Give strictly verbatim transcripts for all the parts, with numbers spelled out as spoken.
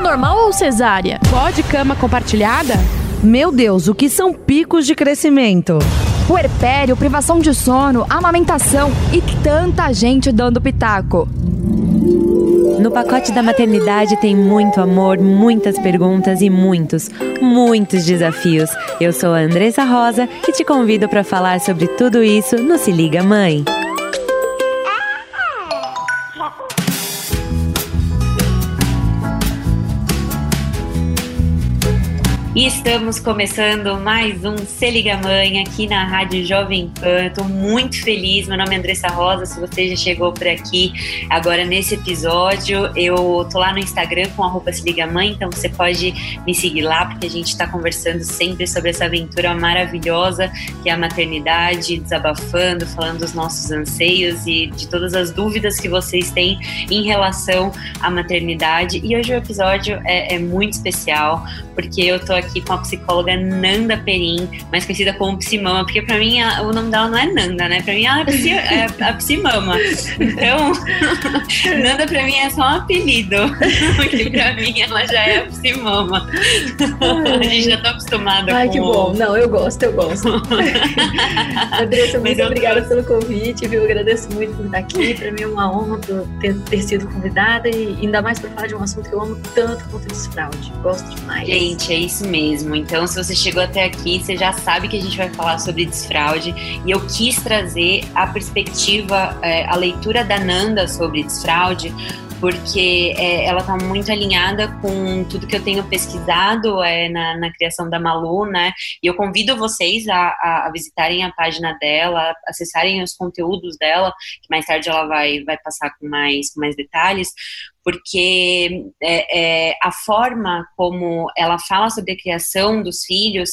normal ou cesárea? Pode cama compartilhada? Meu Deus, o que são picos de crescimento? Puerpério, privação de sono, amamentação e tanta gente dando pitaco. No pacote da maternidade tem muito amor, muitas perguntas e muitos, muitos desafios. Eu sou a Andressa Rosa e te convido para falar sobre tudo isso no Se Liga Mãe. E estamos começando mais um Se Liga Mãe aqui na Rádio Jovem Pan. Estou muito feliz, meu nome é Andressa Rosa, se você já chegou por aqui agora nesse episódio, eu tô lá no Instagram com arroba Se Liga Mãe, então você pode me seguir lá, porque a gente está conversando sempre sobre essa aventura maravilhosa que é a maternidade, desabafando, falando dos nossos anseios e de todas as dúvidas que vocês têm em relação à maternidade. E hoje o episódio é, é muito especial, porque eu tô aqui aqui com a psicóloga Nanda Perim, mais conhecida como Psimama, porque pra mim a, o nome dela não é Nanda, né? Pra mim ela é, psi, é a Psimama. Então, Nanda pra mim é só um apelido, porque pra mim ela já é a Psimama. A gente já tá acostumada Ai, com... que bom. Não, eu gosto, eu gosto. Andressa, muito eu obrigada tô... pelo convite, viu? Eu agradeço muito por estar aqui. Pra mim é uma honra por ter, ter sido convidada e ainda mais pra falar de um assunto que eu amo tanto quanto desfraude. Gosto demais. Gente, é isso mesmo. Mesmo. Então, se você chegou até aqui, você já sabe que a gente vai falar sobre desfraude e eu quis trazer a perspectiva, é, a leitura da Nanda sobre desfraude, porque é, ela está muito alinhada com tudo que eu tenho pesquisado é, na, na criação da Malu, né? E eu convido vocês a, a, a visitarem a página dela, acessarem os conteúdos dela, que mais tarde ela vai, vai passar com mais, com mais detalhes, porque é, é, a forma como ela fala sobre a criação dos filhos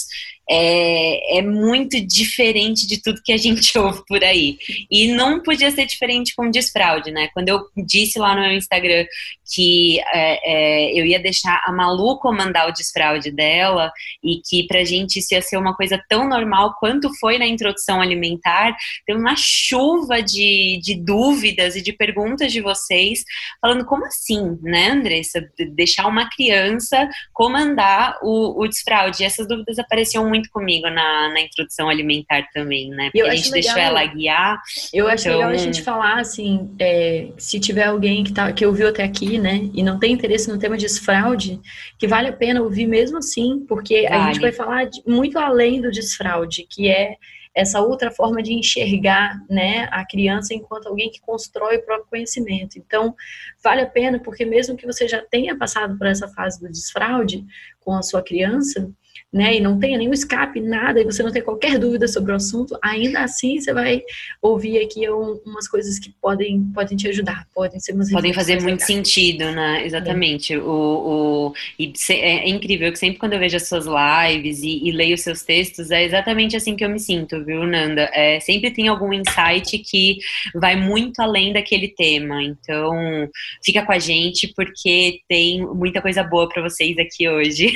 é, é muito diferente de tudo que a gente ouve por aí. E não podia ser diferente com desfraude, né? Quando eu disse lá no meu Instagram que é, é, eu ia deixar a Malu comandar o desfraude dela e que pra gente isso ia ser uma coisa tão normal quanto foi na introdução alimentar, tem uma chuva de, de dúvidas e de perguntas de vocês falando como assim, né, Andressa? Deixar uma criança comandar o, o desfraude. E essas dúvidas apareciam muito comigo na, na introdução alimentar também, né? Porque a gente deixou ela guiar. Eu acho então... legal a gente falar, assim, é, se tiver alguém que, tá, que ouviu até aqui, né, e não tem interesse no tema de desfraude, que vale a pena ouvir mesmo assim, porque vale. A gente vai falar de, muito além do desfraude, que é essa outra forma de enxergar, né, a criança enquanto alguém que constrói o próprio conhecimento. Então, vale a pena, porque mesmo que você já tenha passado por essa fase do desfraude com a sua criança, né, e não tenha nenhum escape, nada, e você não tem qualquer dúvida sobre o assunto, ainda assim você vai ouvir aqui um, umas coisas que podem, podem te ajudar, podem ser umas podem fazer muito legais. sentido, né? Exatamente. É. O, o, e é incrível que sempre quando eu vejo as suas lives e, e leio os seus textos, é exatamente assim que eu me sinto, viu, Nanda? É, sempre tem algum insight que vai muito além daquele tema, então fica com a gente porque tem muita coisa boa para vocês aqui hoje.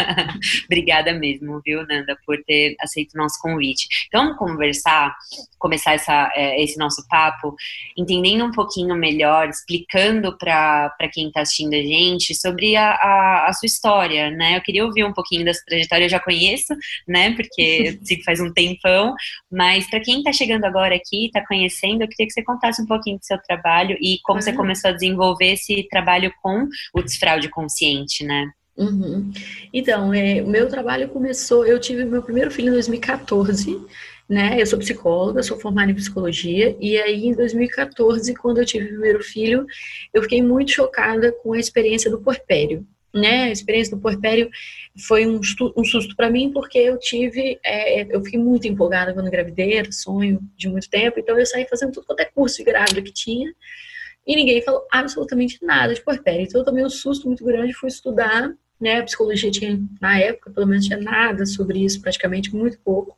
Obrigada mesmo, viu, Nanda, por ter aceito o nosso convite. Então, vamos conversar, começar essa, é, esse nosso papo, entendendo um pouquinho melhor, explicando para quem está assistindo a gente sobre a, a, a sua história, né? Eu queria ouvir um pouquinho dessa trajetória, eu já conheço, né, porque faz um tempão, mas para quem está chegando agora aqui, está conhecendo, eu queria que você contasse um pouquinho do seu trabalho e como uhum. você começou a desenvolver esse trabalho com o desfraude consciente, né? Uhum. Então, é, o meu trabalho começou, eu tive meu primeiro filho em dois mil e quatorze, né, eu sou psicóloga, sou formada em psicologia, e aí em dois mil e quatorze, quando eu tive o primeiro filho, eu fiquei muito chocada com a experiência do puerpério, né, a experiência do puerpério foi um, um susto para mim, porque eu tive, é, eu fiquei muito empolgada quando engravidei, era sonho de muito tempo, então eu saí fazendo tudo quanto é curso de grávida que tinha, e ninguém falou absolutamente nada de puerpério, então eu tomei um susto muito grande, fui estudar, né, a psicologia tinha, na época, pelo menos tinha nada sobre isso, praticamente, muito pouco.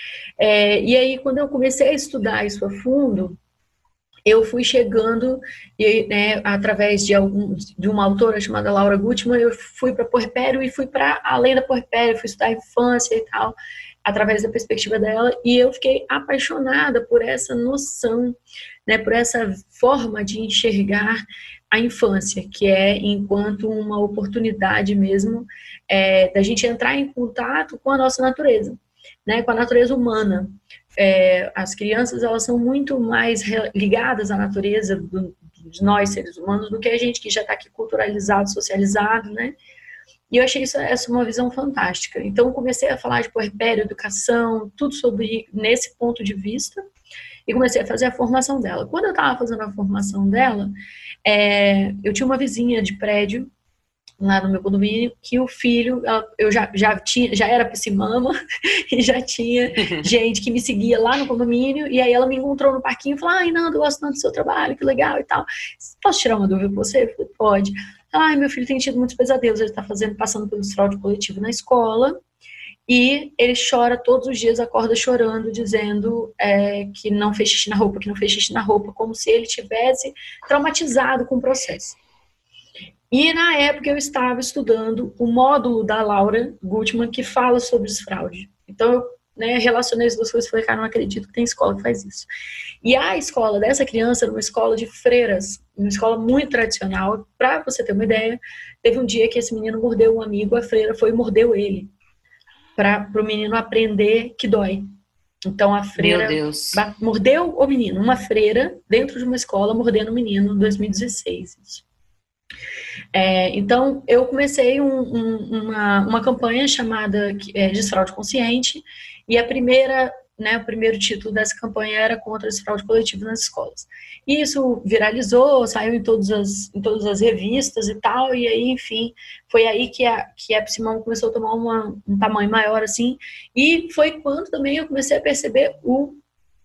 É, e aí, quando eu comecei a estudar isso a fundo, eu fui chegando, e, né, através de, algum, de uma autora chamada Laura Gutman, eu fui para puerpério e fui para além da puerpério, fui estudar infância e tal, através da perspectiva dela, e eu fiquei apaixonada por essa noção, né, por essa forma de enxergar a infância, que é enquanto uma oportunidade mesmo é, da gente entrar em contato com a nossa natureza, né, com a natureza humana. É, as crianças, elas são muito mais ligadas à natureza do, de nós, seres humanos, do que a gente que já está aqui culturalizado, socializado, né? E eu achei isso, essa uma visão fantástica. Então, eu comecei a falar de puerpério, educação, tudo sobre nesse ponto de vista, e comecei a fazer a formação dela. Quando eu estava fazendo a formação dela, é, eu tinha uma vizinha de prédio lá no meu condomínio, que o filho, eu já, já, tinha, já era piscimama, e já tinha gente que me seguia lá no condomínio, e aí ela me encontrou no parquinho e falou, ai, Nanda, eu gosto tanto do seu trabalho, que legal e tal. Posso tirar uma dúvida com você? Eu falei, pode. Ai, meu filho tem tido muitos pesadelos, ele está fazendo, passando pelo desfraude coletivo na escola, e ele chora todos os dias, acorda chorando, dizendo é, que não fez xixi na roupa, que não fez xixi na roupa, como se ele tivesse traumatizado com o processo. E na época eu estava estudando o módulo da Laura Gutman que fala sobre desfraude. Então eu né, relacionei as duas coisas e falei, cara, não acredito que tem escola que faz isso. E a escola dessa criança era uma escola de freiras, uma escola muito tradicional. Para você ter uma ideia, teve um dia que esse menino mordeu um amigo, a freira foi e mordeu ele, para o menino aprender que dói. Então a freira mordeu o menino, uma freira dentro de uma escola mordendo o menino em dois mil e dezesseis. Isso. É, então, eu comecei um, um, uma, uma campanha chamada é, Desfraude Consciente, e a primeira, né, o primeiro título dessa campanha era contra o desfraude coletivo nas escolas. E isso viralizou, saiu em todas as, em todas as revistas e tal, e aí, enfim, foi aí que a, que a Psimão começou a tomar uma, um tamanho maior, assim, e foi quando também eu comecei a perceber o,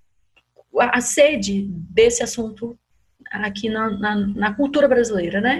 a sede desse assunto aqui na, na, na cultura brasileira, né?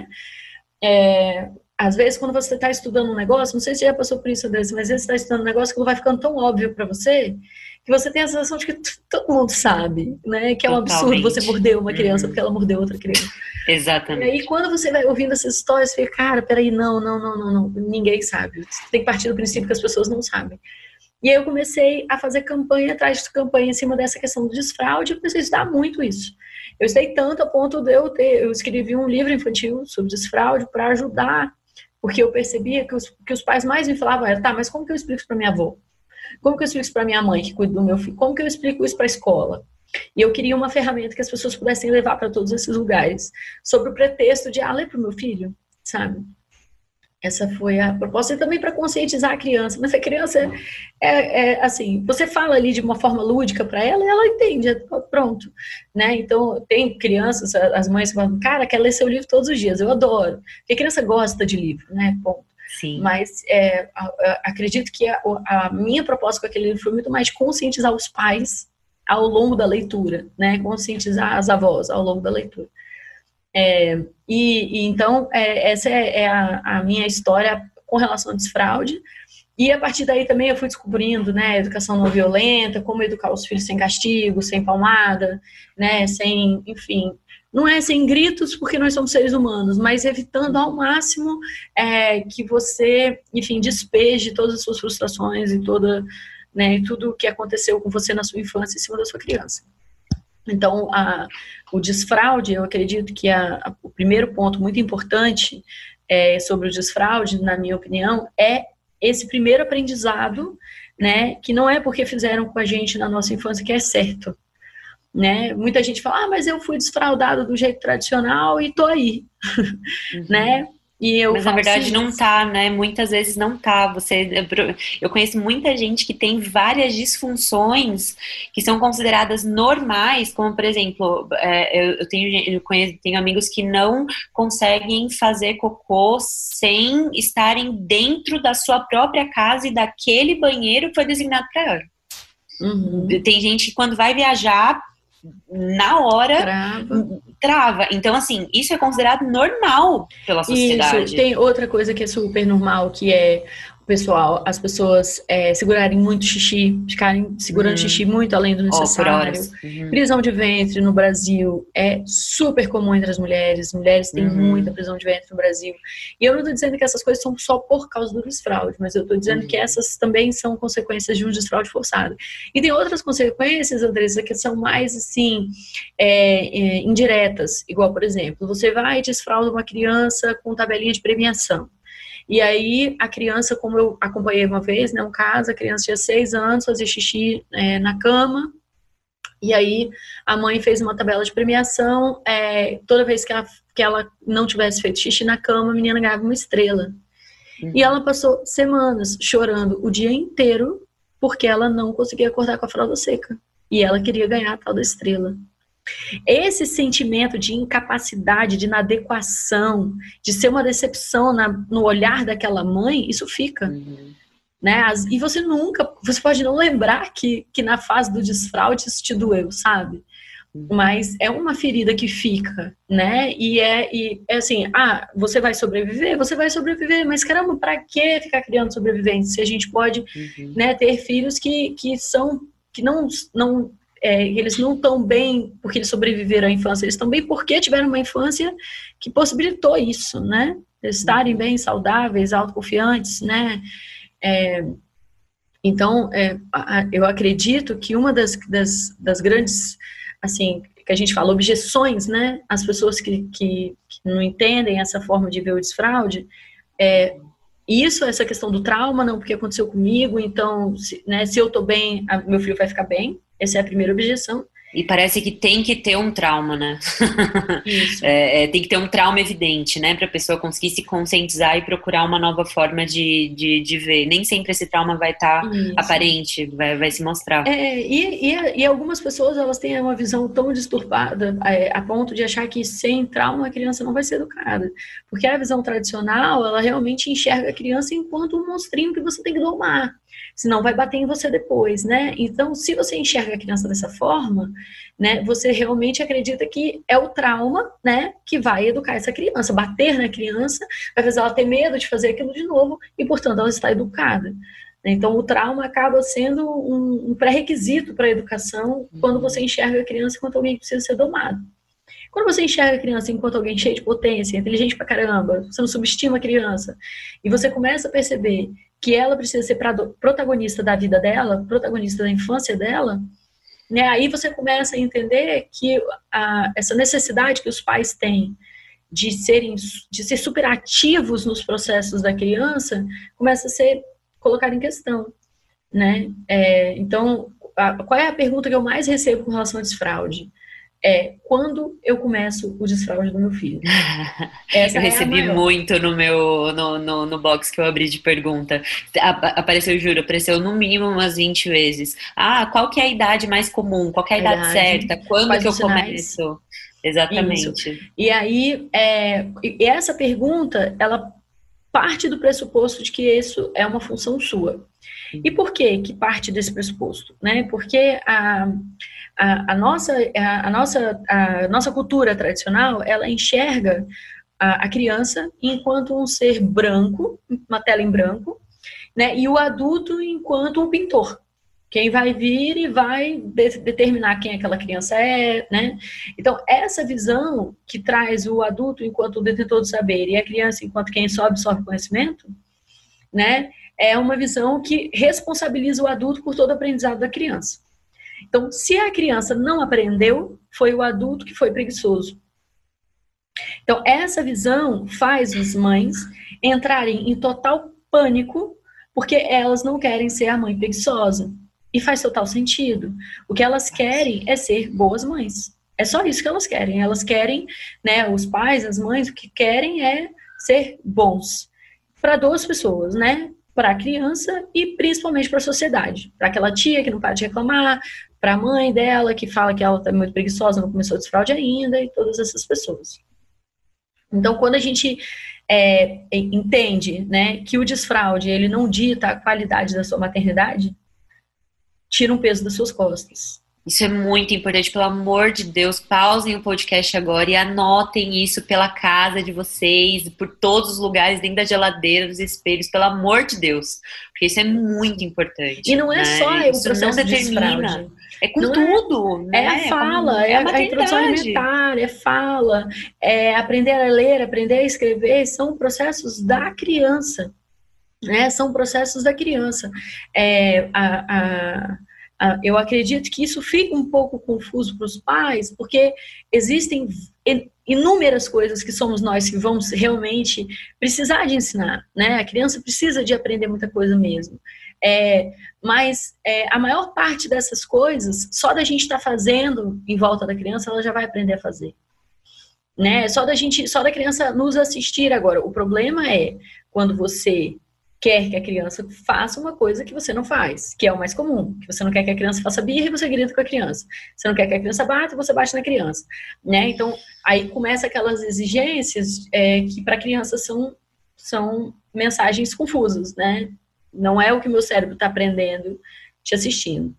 É, às vezes, quando você está estudando um negócio, não sei se você já passou por isso, Andressa, mas às vezes você está estudando um negócio que vai ficando tão óbvio para você, que você tem a sensação de que todo mundo sabe, né? Que é um absurdo você morder uma criança uhum. porque ela mordeu outra criança. Exatamente. E aí, quando você vai ouvindo essas histórias, você fica, cara, peraí, não, não, não, não, não, ninguém sabe. Você tem que partir do princípio que as pessoas não sabem. E aí eu comecei a fazer campanha atrás de campanha em cima dessa questão do desfraude, e eu comecei a estudar muito isso. Eu estudei tanto a ponto de eu ter, eu escrevi um livro infantil sobre desfraude para ajudar, porque eu percebia que os, que os pais mais me falavam era, tá, mas como que eu explico isso para minha avó? Como que eu explico isso para minha mãe que cuida do meu filho? Como que eu explico isso para a escola? E eu queria uma ferramenta que as pessoas pudessem levar para todos esses lugares, sob o pretexto de, ah, lê para o meu filho, sabe? Essa foi a proposta, e também para conscientizar a criança. Mas a criança, é, é assim, você fala ali de uma forma lúdica para ela, e ela entende, pronto. Né? Então, tem crianças, as mães falam, cara, quer ler seu livro todos os dias, eu adoro. Porque a criança gosta de livro, né? Ponto. Sim. Mas é, a, a, acredito que a, a minha proposta com aquele livro foi muito mais de conscientizar os pais ao longo da leitura, né? Conscientizar as avós ao longo da leitura. É, e, e então é, essa é, é a, a minha história com relação ao desfraude, e a partir daí também eu fui descobrindo, né, educação não violenta, como educar os filhos sem castigo, sem palmada, né, sem, enfim, não é sem gritos porque nós somos seres humanos, mas evitando ao máximo é, que você, enfim, despeje todas as suas frustrações e toda, né, tudo o que aconteceu com você na sua infância em cima da sua criança. Então, a, o desfraude, eu acredito que a, a, o primeiro ponto muito importante é, sobre o desfraude, na minha opinião, é esse primeiro aprendizado, né, que não é porque fizeram com a gente na nossa infância que é certo. Né? Muita gente fala, ah, mas eu fui desfraudado do jeito tradicional e tô aí. Uhum. Né? E eu Mas na verdade assim, não tá, né? Muitas vezes não tá. Você, eu conheço muita gente que tem várias disfunções que são consideradas normais, como por exemplo, eu tenho, eu conheço, tenho amigos que não conseguem fazer cocô sem estarem dentro da sua própria casa e daquele banheiro que foi designado para ela. Uhum. Tem gente que quando vai viajar, na hora trava. trava. Então, assim, isso é considerado normal pela sociedade. Isso, tem outra coisa que é super normal, que é pessoal, as pessoas é, segurarem muito xixi, ficarem segurando Hum. xixi muito além do Ó, por necessário. horas. Uhum. Prisão de ventre no Brasil é super comum entre as mulheres. Mulheres têm Uhum. muita prisão de ventre no Brasil. E eu não estou dizendo que essas coisas são só por causa do desfraude, mas eu estou dizendo Uhum. que essas também são consequências de um desfraude forçado. E tem outras consequências, Andressa, que são mais, assim, é, é, indiretas. Igual, por exemplo, você vai e desfrauda uma criança com tabelinha de premiação. E aí, a criança, como eu acompanhei uma vez, né, um caso, a criança tinha seis anos, fazia xixi é, na cama, e aí a mãe fez uma tabela de premiação, é, toda vez que ela, que ela não tivesse feito xixi na cama, a menina ganhava uma estrela. Uhum. E ela passou semanas chorando o dia inteiro, porque ela não conseguia acordar com a fralda seca. E ela queria ganhar a tal da estrela. Esse sentimento de incapacidade, de inadequação, de ser uma decepção na, no olhar daquela mãe, isso fica. Uhum. Né? As, e você nunca, você pode não lembrar que, que na fase do desfraude isso te doeu, sabe? Uhum. Mas é uma ferida que fica, né? E é, e é assim, ah, você vai sobreviver? Você vai sobreviver, mas caramba, pra que ficar criando sobreviventes se a gente pode, Uhum. né, ter filhos que, que são, que não... não É, eles não estão bem porque eles sobreviveram à infância, eles estão bem porque tiveram uma infância que possibilitou isso, né? Eles estarem bem, saudáveis, autoconfiantes, né? É, então, é, eu acredito que uma das, das, das grandes, assim, que a gente fala, objeções, né? As pessoas que, que, que não entendem essa forma de ver o desfraude, é isso, essa questão do trauma, não, porque aconteceu comigo, então, se, né, se eu tô bem, a, meu filho vai ficar bem. Essa é a primeira objeção. E parece que tem que ter um trauma, né? Isso. É, é, tem que ter um trauma evidente, né? Para a pessoa conseguir se conscientizar e procurar uma nova forma de, de, de ver. Nem sempre esse trauma vai estar tá aparente, vai, vai se mostrar. É, e, e, e algumas pessoas, elas têm uma visão tão disturbada é, a ponto de achar que sem trauma a criança não vai ser educada. Porque a visão tradicional, ela realmente enxerga a criança enquanto um monstrinho que você tem que domar. Senão vai bater em você depois, né? Então, se você enxerga a criança dessa forma, né, você realmente acredita que é o trauma, né, que vai educar essa criança. Bater na criança vai fazer ela ter medo de fazer aquilo de novo e, portanto, ela está educada. Então, o trauma acaba sendo um, um pré-requisito para a educação quando você enxerga a criança enquanto alguém que precisa ser domado. Quando você enxerga a criança enquanto alguém cheio de potência, inteligente pra caramba, você não subestima a criança, e você começa a perceber que ela precisa ser protagonista da vida dela, protagonista da infância dela, né? Aí você começa a entender que a, essa necessidade que os pais têm de serem, de ser superativos nos processos da criança, começa a ser colocada em questão, né? É, então, a, qual é a pergunta que eu mais recebo com relação a desfraude? É, quando eu começo o desfraude do meu filho? Essa eu recebi é muito no meu no, no, no box que eu abri de pergunta. Apareceu, juro, apareceu no mínimo umas vinte vezes. Ah, qual que é a idade mais comum? Qual que é a idade, idade certa? Quando Quais que eu sinais? começo? Exatamente. Isso. E aí, é, e essa pergunta, ela parte do pressuposto de que isso é uma função sua. E por que que parte desse pressuposto? Né? Porque a A, a, nossa, a, a, nossa, a nossa cultura tradicional, ela enxerga a, a criança enquanto um ser branco, uma tela em branco, né, e o adulto enquanto um pintor. Quem vai vir e vai de, determinar quem aquela criança é, né? Então, essa visão que traz o adulto enquanto o detentor do saber e a criança enquanto quem só absorve conhecimento, né, é uma visão que responsabiliza o adulto por todo o aprendizado da criança. Então, se a criança não aprendeu, foi o adulto que foi preguiçoso. Então, essa visão faz as mães entrarem em total pânico, porque elas não querem ser a mãe preguiçosa. E faz total sentido. O que elas querem é ser boas mães. É só isso que elas querem. Elas querem, né, os pais, as mães, o que querem é ser bons. Para duas pessoas, né? Para a criança e principalmente para a sociedade. Para aquela tia que não para de reclamar, para a mãe dela que fala que ela está muito preguiçosa, não começou a desfraude ainda, e todas essas pessoas. Então, quando a gente é, entende, né, que o desfraude ele não dita a qualidade da sua maternidade, tira um peso das suas costas. Isso é muito importante, pelo amor de Deus, pausem o podcast agora e anotem isso pela casa de vocês, por todos os lugares, dentro da geladeira, dos espelhos, pelo amor de Deus, porque isso é muito importante. E não é né? só o isso processo não determina, de desfraude. é com não tudo, é, né? é a fala, é, é a, a, a introdução alimentar, é fala, é aprender a ler, aprender a escrever, são processos da criança, né? São processos da criança. É, a, a Eu acredito que isso fica um pouco confuso para os pais, porque existem inúmeras coisas que somos nós que vamos realmente precisar de ensinar, né? A criança precisa de aprender muita coisa mesmo. É, mas é, a maior parte dessas coisas, só da gente estar tá fazendo em volta da criança, ela já vai aprender a fazer. Né? Só da gente, só da criança nos assistir agora. O problema é quando você quer que a criança faça uma coisa que você não faz, que é o mais comum, que você não quer que a criança faça birra e você grita com a criança. Você não quer que a criança bata e você bate na criança. Né? Então, aí começa aquelas exigências é, que para a criança são, são mensagens confusas, né? Não é o que meu cérebro está aprendendo te assistindo.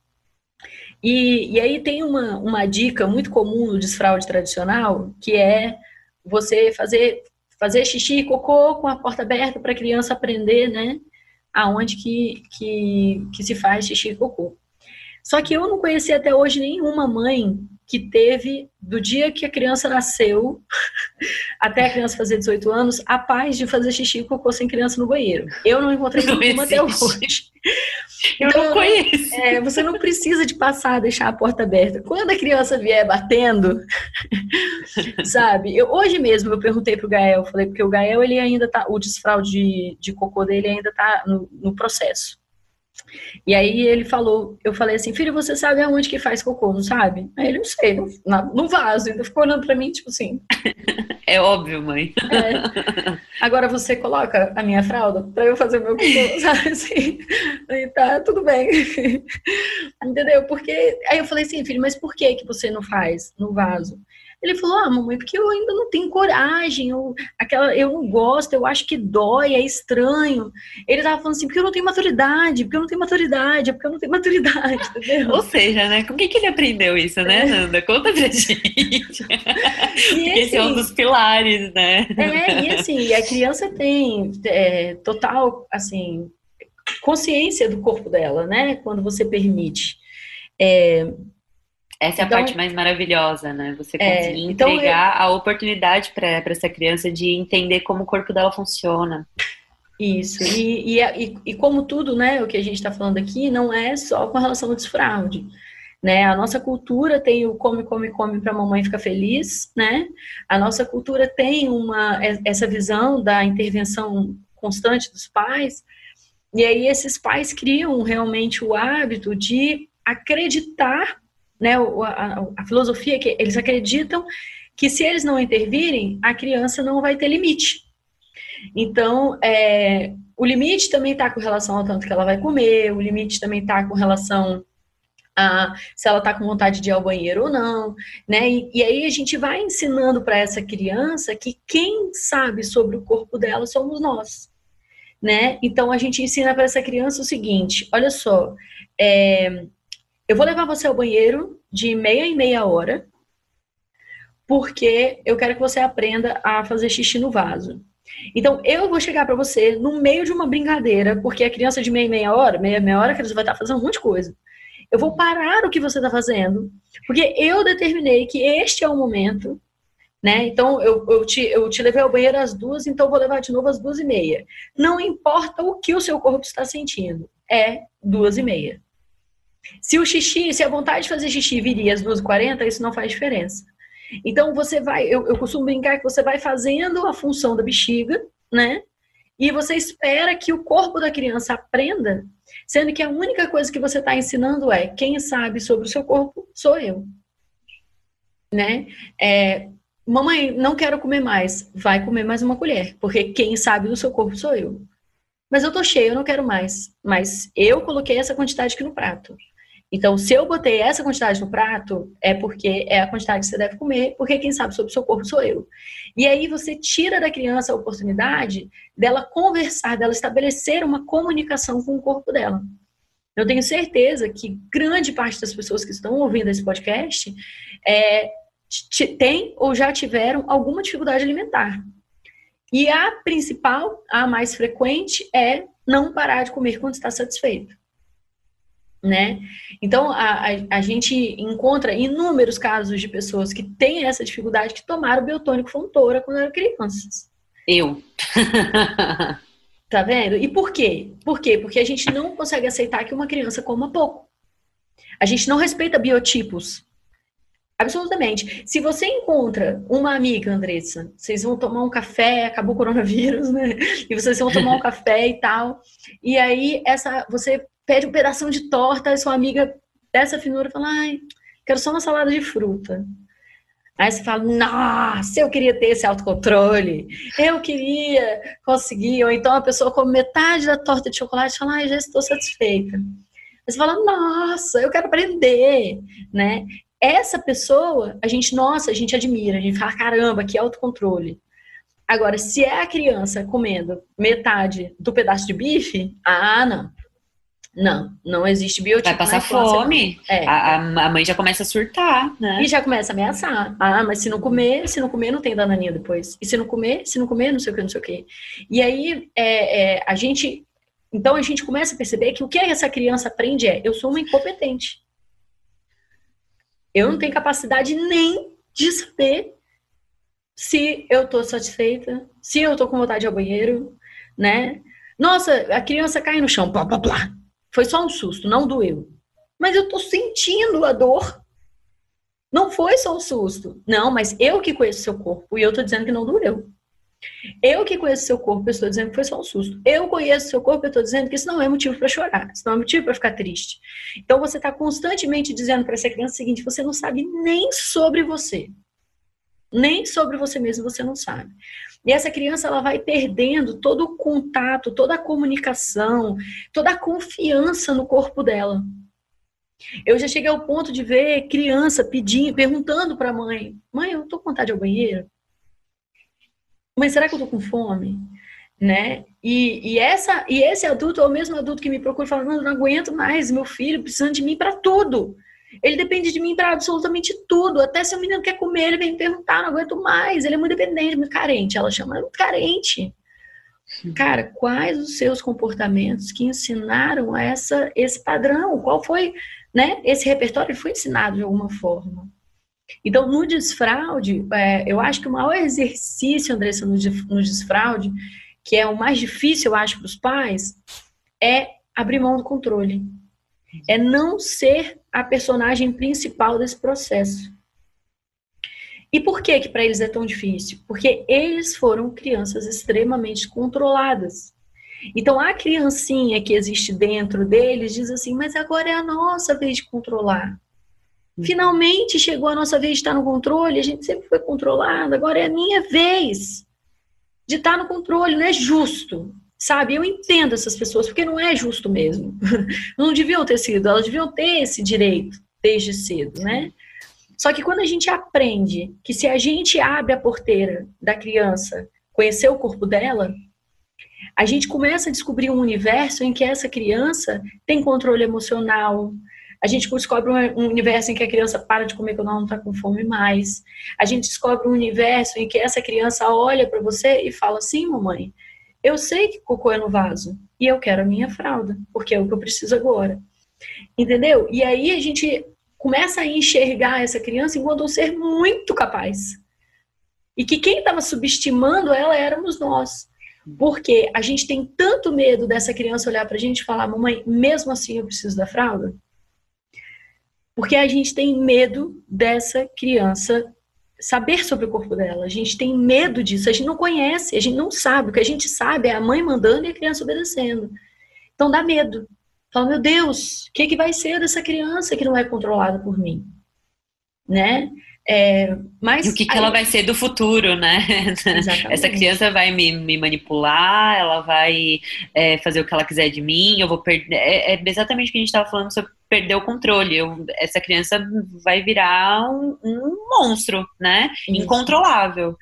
E, e aí tem uma, uma dica muito comum no desfraude tradicional, que é você fazer... fazer xixi e cocô com a porta aberta para a criança aprender, né, aonde que, que, que se faz xixi e cocô. Só que eu não conheci até hoje nenhuma mãe que teve, do dia que a criança nasceu, até a criança fazer dezoito anos, a paz de fazer xixi e cocô sem criança no banheiro. Eu não encontrei não nenhuma até hoje. Eu então, não conheço. É, você não precisa de passar, deixar a porta aberta. Quando a criança vier batendo, sabe? Eu, hoje mesmo eu perguntei pro Gael, falei, porque o Gael, ele ainda tá, o desfraude de, de cocô dele ainda tá no, no processo. E aí ele falou, eu falei assim, filho, você sabe aonde que faz cocô, não sabe? Aí ele, não sei, no, no vaso. Ele ficou olhando pra mim, tipo assim... É óbvio, mãe. É. Agora você coloca a minha fralda pra eu fazer o meu cocô, sabe assim? Aí tá, tudo bem. Entendeu? Porque... Aí eu falei assim, filho, mas por que que você não faz no vaso? Ele falou, ah, mamãe, porque eu ainda não tenho coragem, eu, aquela, eu não gosto, eu acho que dói, é estranho. Ele tava falando assim, porque eu não tenho maturidade, porque eu não tenho maturidade, é porque eu não tenho maturidade, entendeu? Ou seja, né, com quem que ele aprendeu isso, né, Nanda? Conta pra gente. Porque esse é um dos pilares, né? É, e assim, a criança tem é, total, assim, consciência do corpo dela, né, quando você permite. É... Essa é a então, parte mais maravilhosa, né? Você é, conseguir então entregar eu... a oportunidade para essa criança de entender como o corpo dela funciona. Isso, e, e, e, e como tudo, né, o que a gente está falando aqui, não é só com relação ao desfraude, né? A nossa cultura tem o come, come, come para a mamãe ficar feliz, né? A nossa cultura tem uma, essa visão da intervenção constante dos pais, e aí esses pais criam realmente o hábito de acreditar, né, a, a, a filosofia é que eles acreditam que se eles não intervirem, a criança não vai ter limite. Então, é, o limite também está com relação ao tanto que ela vai comer, o limite também está com relação a se ela está com vontade de ir ao banheiro ou não, né? E, e aí a gente vai ensinando para essa criança que quem sabe sobre o corpo dela somos nós, né? Então, a gente ensina para essa criança o seguinte, olha só, é... eu vou levar você ao banheiro de meia em meia hora, porque eu quero que você aprenda a fazer xixi no vaso. Então, eu vou chegar para você no meio de uma brincadeira, porque a criança de meia em meia hora, meia em meia hora, a criança vai estar fazendo um monte de coisa. Eu vou parar o que você está fazendo, porque eu determinei que este é o momento, né? Então, eu, eu, te, eu te levei ao banheiro às duas, então eu vou levar de novo às duas e meia. Não importa o que o seu corpo está sentindo, é duas e meia. Se o xixi, se a vontade de fazer xixi viria às duas e quarenta, isso não faz diferença. Então, você vai, eu, eu costumo brincar que você vai fazendo a função da bexiga, né? E você espera que o corpo da criança aprenda, sendo que a única coisa que você está ensinando é, quem sabe sobre o seu corpo sou eu. Né? É, mamãe, não quero comer mais. Vai comer mais uma colher, porque quem sabe do seu corpo sou eu. Mas eu tô cheia, eu não quero mais. Mas eu coloquei essa quantidade aqui no prato. Então, se eu botei essa quantidade no prato, é porque é a quantidade que você deve comer, porque quem sabe sobre o seu corpo sou eu. E aí você tira da criança a oportunidade dela conversar, dela estabelecer uma comunicação com o corpo dela. Eu tenho certeza que grande parte das pessoas que estão ouvindo esse podcast é, tem ou já tiveram alguma dificuldade alimentar. E a principal, a mais frequente, é não parar de comer quando está satisfeito. Né? Então, a, a, a gente encontra inúmeros casos de pessoas que têm essa dificuldade, que tomaram biotônico Fontoura quando eram crianças. Eu. Tá vendo? E por quê? Por quê? Porque a gente não consegue aceitar que uma criança coma pouco. A gente não respeita biotipos. Absolutamente. Se você encontra uma amiga, Andressa, vocês vão tomar um café, acabou o coronavírus, né? E vocês vão tomar um café e tal. E aí, essa, você pede um pedação de torta, e sua amiga dessa finura fala, ai, quero só uma salada de fruta. Aí você fala, nossa, eu queria ter esse autocontrole, eu queria conseguir. Ou então a pessoa come metade da torta de chocolate e fala, ai, já estou satisfeita. Aí você fala, nossa, eu quero aprender, né? Essa pessoa, a gente, nossa, a gente admira, a gente fala, caramba, que autocontrole. Agora, se é a criança comendo metade do pedaço de bife, ah, não. Não, não existe biotipo. Vai passar fome. É. A, a mãe já começa a surtar, né? E já começa a ameaçar. Ah, mas se não comer, se não comer, não tem dananinha depois. E se não comer, se não comer, não sei o que, não sei o que. E aí, é, é, a gente... Então, a gente começa a perceber que o que essa criança aprende é, eu sou uma incompetente. Eu não tenho capacidade nem de saber se eu tô satisfeita, se eu tô com vontade de ir ao banheiro, né? Nossa, a criança cai no chão, blá, blá, blá. Foi só um susto, não doeu. Mas eu tô sentindo a dor. Não foi só um susto. Não, mas eu que conheço seu corpo e eu tô dizendo que não doeu. Eu que conheço seu corpo, eu estou dizendo que foi só um susto. Eu conheço seu corpo, eu estou dizendo que isso não é motivo para chorar, isso não é motivo para ficar triste. Então você está constantemente dizendo para essa criança o seguinte, você não sabe nem sobre você. Nem sobre você mesmo você não sabe. E essa criança ela vai perdendo todo o contato, toda a comunicação, toda a confiança no corpo dela. Eu já cheguei ao ponto de ver criança pedindo, perguntando para a mãe, mãe, eu estou com vontade de ir ao banheiro? Mas será que eu tô com fome? Né? E, e, essa, e esse adulto é o mesmo adulto que me procura e fala, não, eu não aguento mais, meu filho precisando de mim para tudo. Ele depende de mim para absolutamente tudo. Até se o menino quer comer, ele vem me perguntar, não aguento mais. Ele é muito dependente, muito carente. Ela chama, é muito carente. Cara, quais os seus comportamentos que ensinaram a essa, esse padrão? Qual foi, né? Esse repertório foi ensinado de alguma forma. Então, no desfraude, é, eu acho que o maior exercício, Andressa, no, no desfraude, que é o mais difícil, eu acho, para os pais, é abrir mão do controle. É não ser a personagem principal desse processo. E por que que para eles é tão difícil? Porque eles foram crianças extremamente controladas. Então, a criancinha que existe dentro deles diz assim, mas agora é a nossa vez de controlar. Finalmente chegou a nossa vez de estar no controle, a gente sempre foi controlado, agora é a minha vez de estar no controle, não é justo, sabe? Eu entendo essas pessoas, porque não é justo mesmo. Não deviam ter sido, elas deviam ter esse direito desde cedo, né? Só que quando a gente aprende que se a gente abre a porteira da criança, conhecer o corpo dela, a gente começa a descobrir um universo em que essa criança tem controle emocional. A gente descobre um universo em que a criança para de comer quando ela não está com fome mais. A gente descobre um universo em que essa criança olha para você e fala assim, mamãe, eu sei que cocô é no vaso e eu quero a minha fralda, porque é o que eu preciso agora. Entendeu? E aí a gente começa a enxergar essa criança enquanto um ser muito capaz. E que quem estava subestimando ela éramos nós. Porque a gente tem tanto medo dessa criança olhar para a gente e falar, mamãe, mesmo assim eu preciso da fralda? Porque a gente tem medo dessa criança saber sobre o corpo dela. A gente tem medo disso. A gente não conhece, a gente não sabe. O que a gente sabe é a mãe mandando e a criança obedecendo. Então dá medo. Fala, meu Deus, o que, que vai ser dessa criança que não é controlada por mim? Né? É, mas e o que, que aí... ela vai ser do futuro, né? Exatamente. Essa criança vai me, me manipular, ela vai é, fazer o que ela quiser de mim, eu vou perder. É, é exatamente o que a gente estava falando sobre perder o controle. Eu, essa criança vai virar um, um monstro, né? Isso. Incontrolável.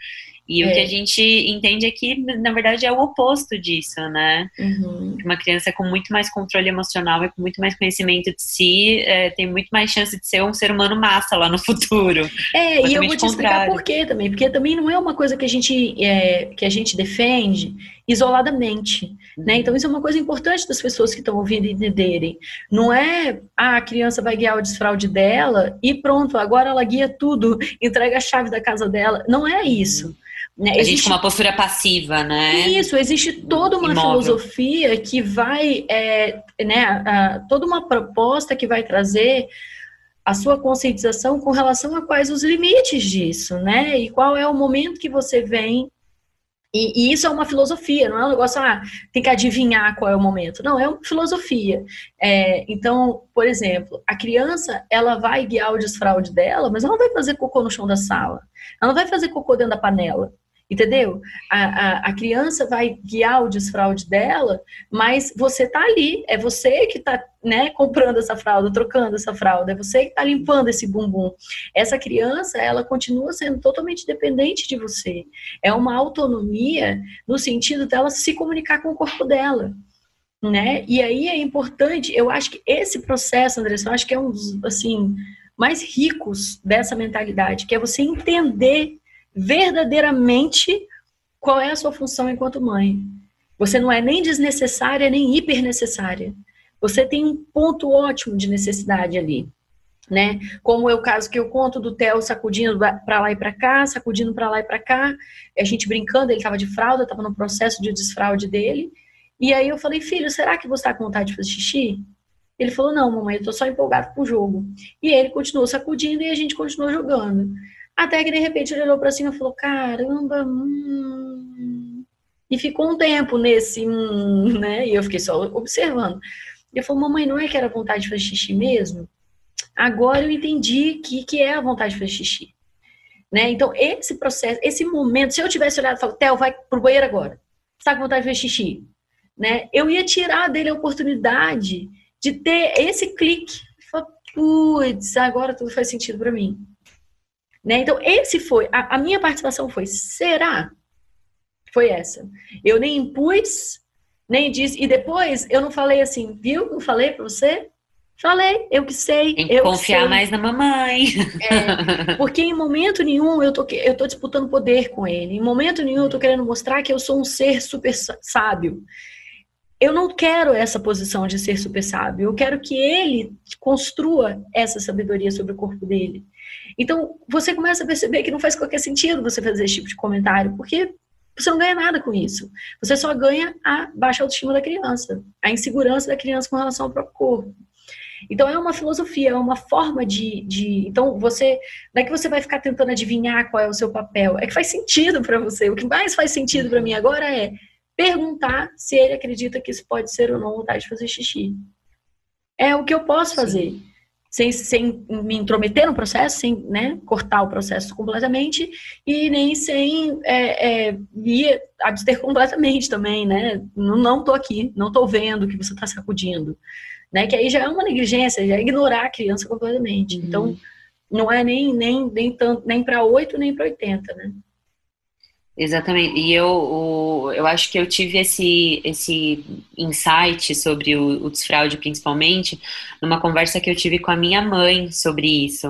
E É. o que a gente entende é que, na verdade, é o oposto disso, né? Uhum. Uma criança com muito mais controle emocional e com muito mais conhecimento de si é, tem muito mais chance de ser um ser humano massa lá no futuro. É, e eu vou Totalmente te explicar contrário. por quê também, porque também não é uma coisa que a gente, é, que a gente defende isoladamente, né? Então isso é uma coisa importante das pessoas que estão ouvindo entenderem. Não é, ah, a criança vai guiar o desfraude dela e pronto, agora ela guia tudo, entrega a chave da casa dela. Não é isso. Né? A Existe gente com uma postura passiva, né? Isso, existe toda uma Imóvel. filosofia que vai, é, né, a, toda uma proposta que vai trazer a sua conscientização com relação a quais os limites disso, né? E qual é o momento que você vem. E, e isso é uma filosofia, não é um negócio, ah, tem que adivinhar qual é o momento. Não, é uma filosofia. É, então, por exemplo, a criança, ela vai guiar o desfraude dela, mas ela não vai fazer cocô no chão da sala. Ela não vai fazer cocô dentro da panela. Entendeu? A, a, a criança vai guiar o desfraude dela, mas você tá ali, é você que tá, né, comprando essa fralda, trocando essa fralda, é você que tá limpando esse bumbum. Essa criança, ela continua sendo totalmente dependente de você. É uma autonomia no sentido dela se comunicar com o corpo dela, né? E aí é importante, eu acho que esse processo, Andressa, eu acho que é um dos, assim, mais ricos dessa mentalidade, que é você entender verdadeiramente qual é a sua função enquanto mãe. Você não é nem desnecessária, nem hipernecessária. Você tem um ponto ótimo de necessidade ali, né? Como é o caso que eu conto do Theo sacudindo para lá e para cá, sacudindo para lá e para cá, a gente brincando, ele estava de fralda, estava no processo de desfraude dele, e aí eu falei, filho, será que você está com vontade de fazer xixi? Ele falou, não, mamãe, eu tô só empolgado com o jogo. E ele continuou sacudindo e a gente continuou jogando. Até que, de repente, ele olhou pra cima e falou, caramba, hum... E ficou um tempo nesse, hum, né? E eu fiquei só observando. Ele falou, mamãe, não é que era vontade de fazer xixi mesmo? Agora eu entendi que, que é a vontade de fazer xixi. Né? Então, esse processo, esse momento, se eu tivesse olhado e falado, Theo, vai pro banheiro agora. Você tá com vontade de fazer xixi? Né? Eu ia tirar dele a oportunidade de ter esse clique. Falei, putz, agora tudo faz sentido pra mim. Né? Então, esse foi, a, a minha participação foi, será? Foi essa. Eu nem impus, nem disse, e depois eu não falei assim, viu? Não falei pra você? Falei, eu que sei. Tem que eu confiar que sei. mais na mamãe. É, porque em momento nenhum eu tô, eu tô disputando poder com ele. Em momento nenhum eu tô querendo mostrar que eu sou um ser super sábio. Eu não quero essa posição de ser super sábio. Eu quero que ele construa essa sabedoria sobre o corpo dele. Então, você começa a perceber que não faz qualquer sentido você fazer esse tipo de comentário, porque você não ganha nada com isso. Você só ganha a baixa autoestima da criança, a insegurança da criança com relação ao próprio corpo. Então, é uma filosofia, é uma forma de... de então, você... Não é que você vai ficar tentando adivinhar qual é o seu papel, é que faz sentido para você. O que mais faz sentido para mim agora é perguntar se ele acredita que isso pode ser ou não vontade de fazer xixi. É o que eu posso fazer. Sim. Sem, sem me intrometer no processo, sem, né, cortar o processo completamente e nem sem é, é, me abster completamente também, né? Não, não tô aqui, não tô vendo que você tá sacudindo, né? Que aí já é uma negligência, já é ignorar a criança completamente. Uhum. Então, não é nem, nem, nem, tanto, nem para oito, nem para oitenta, né? Exatamente, e eu, o, eu acho que eu tive esse, esse insight sobre o, o desfraude, principalmente, numa conversa que eu tive com a minha mãe sobre isso,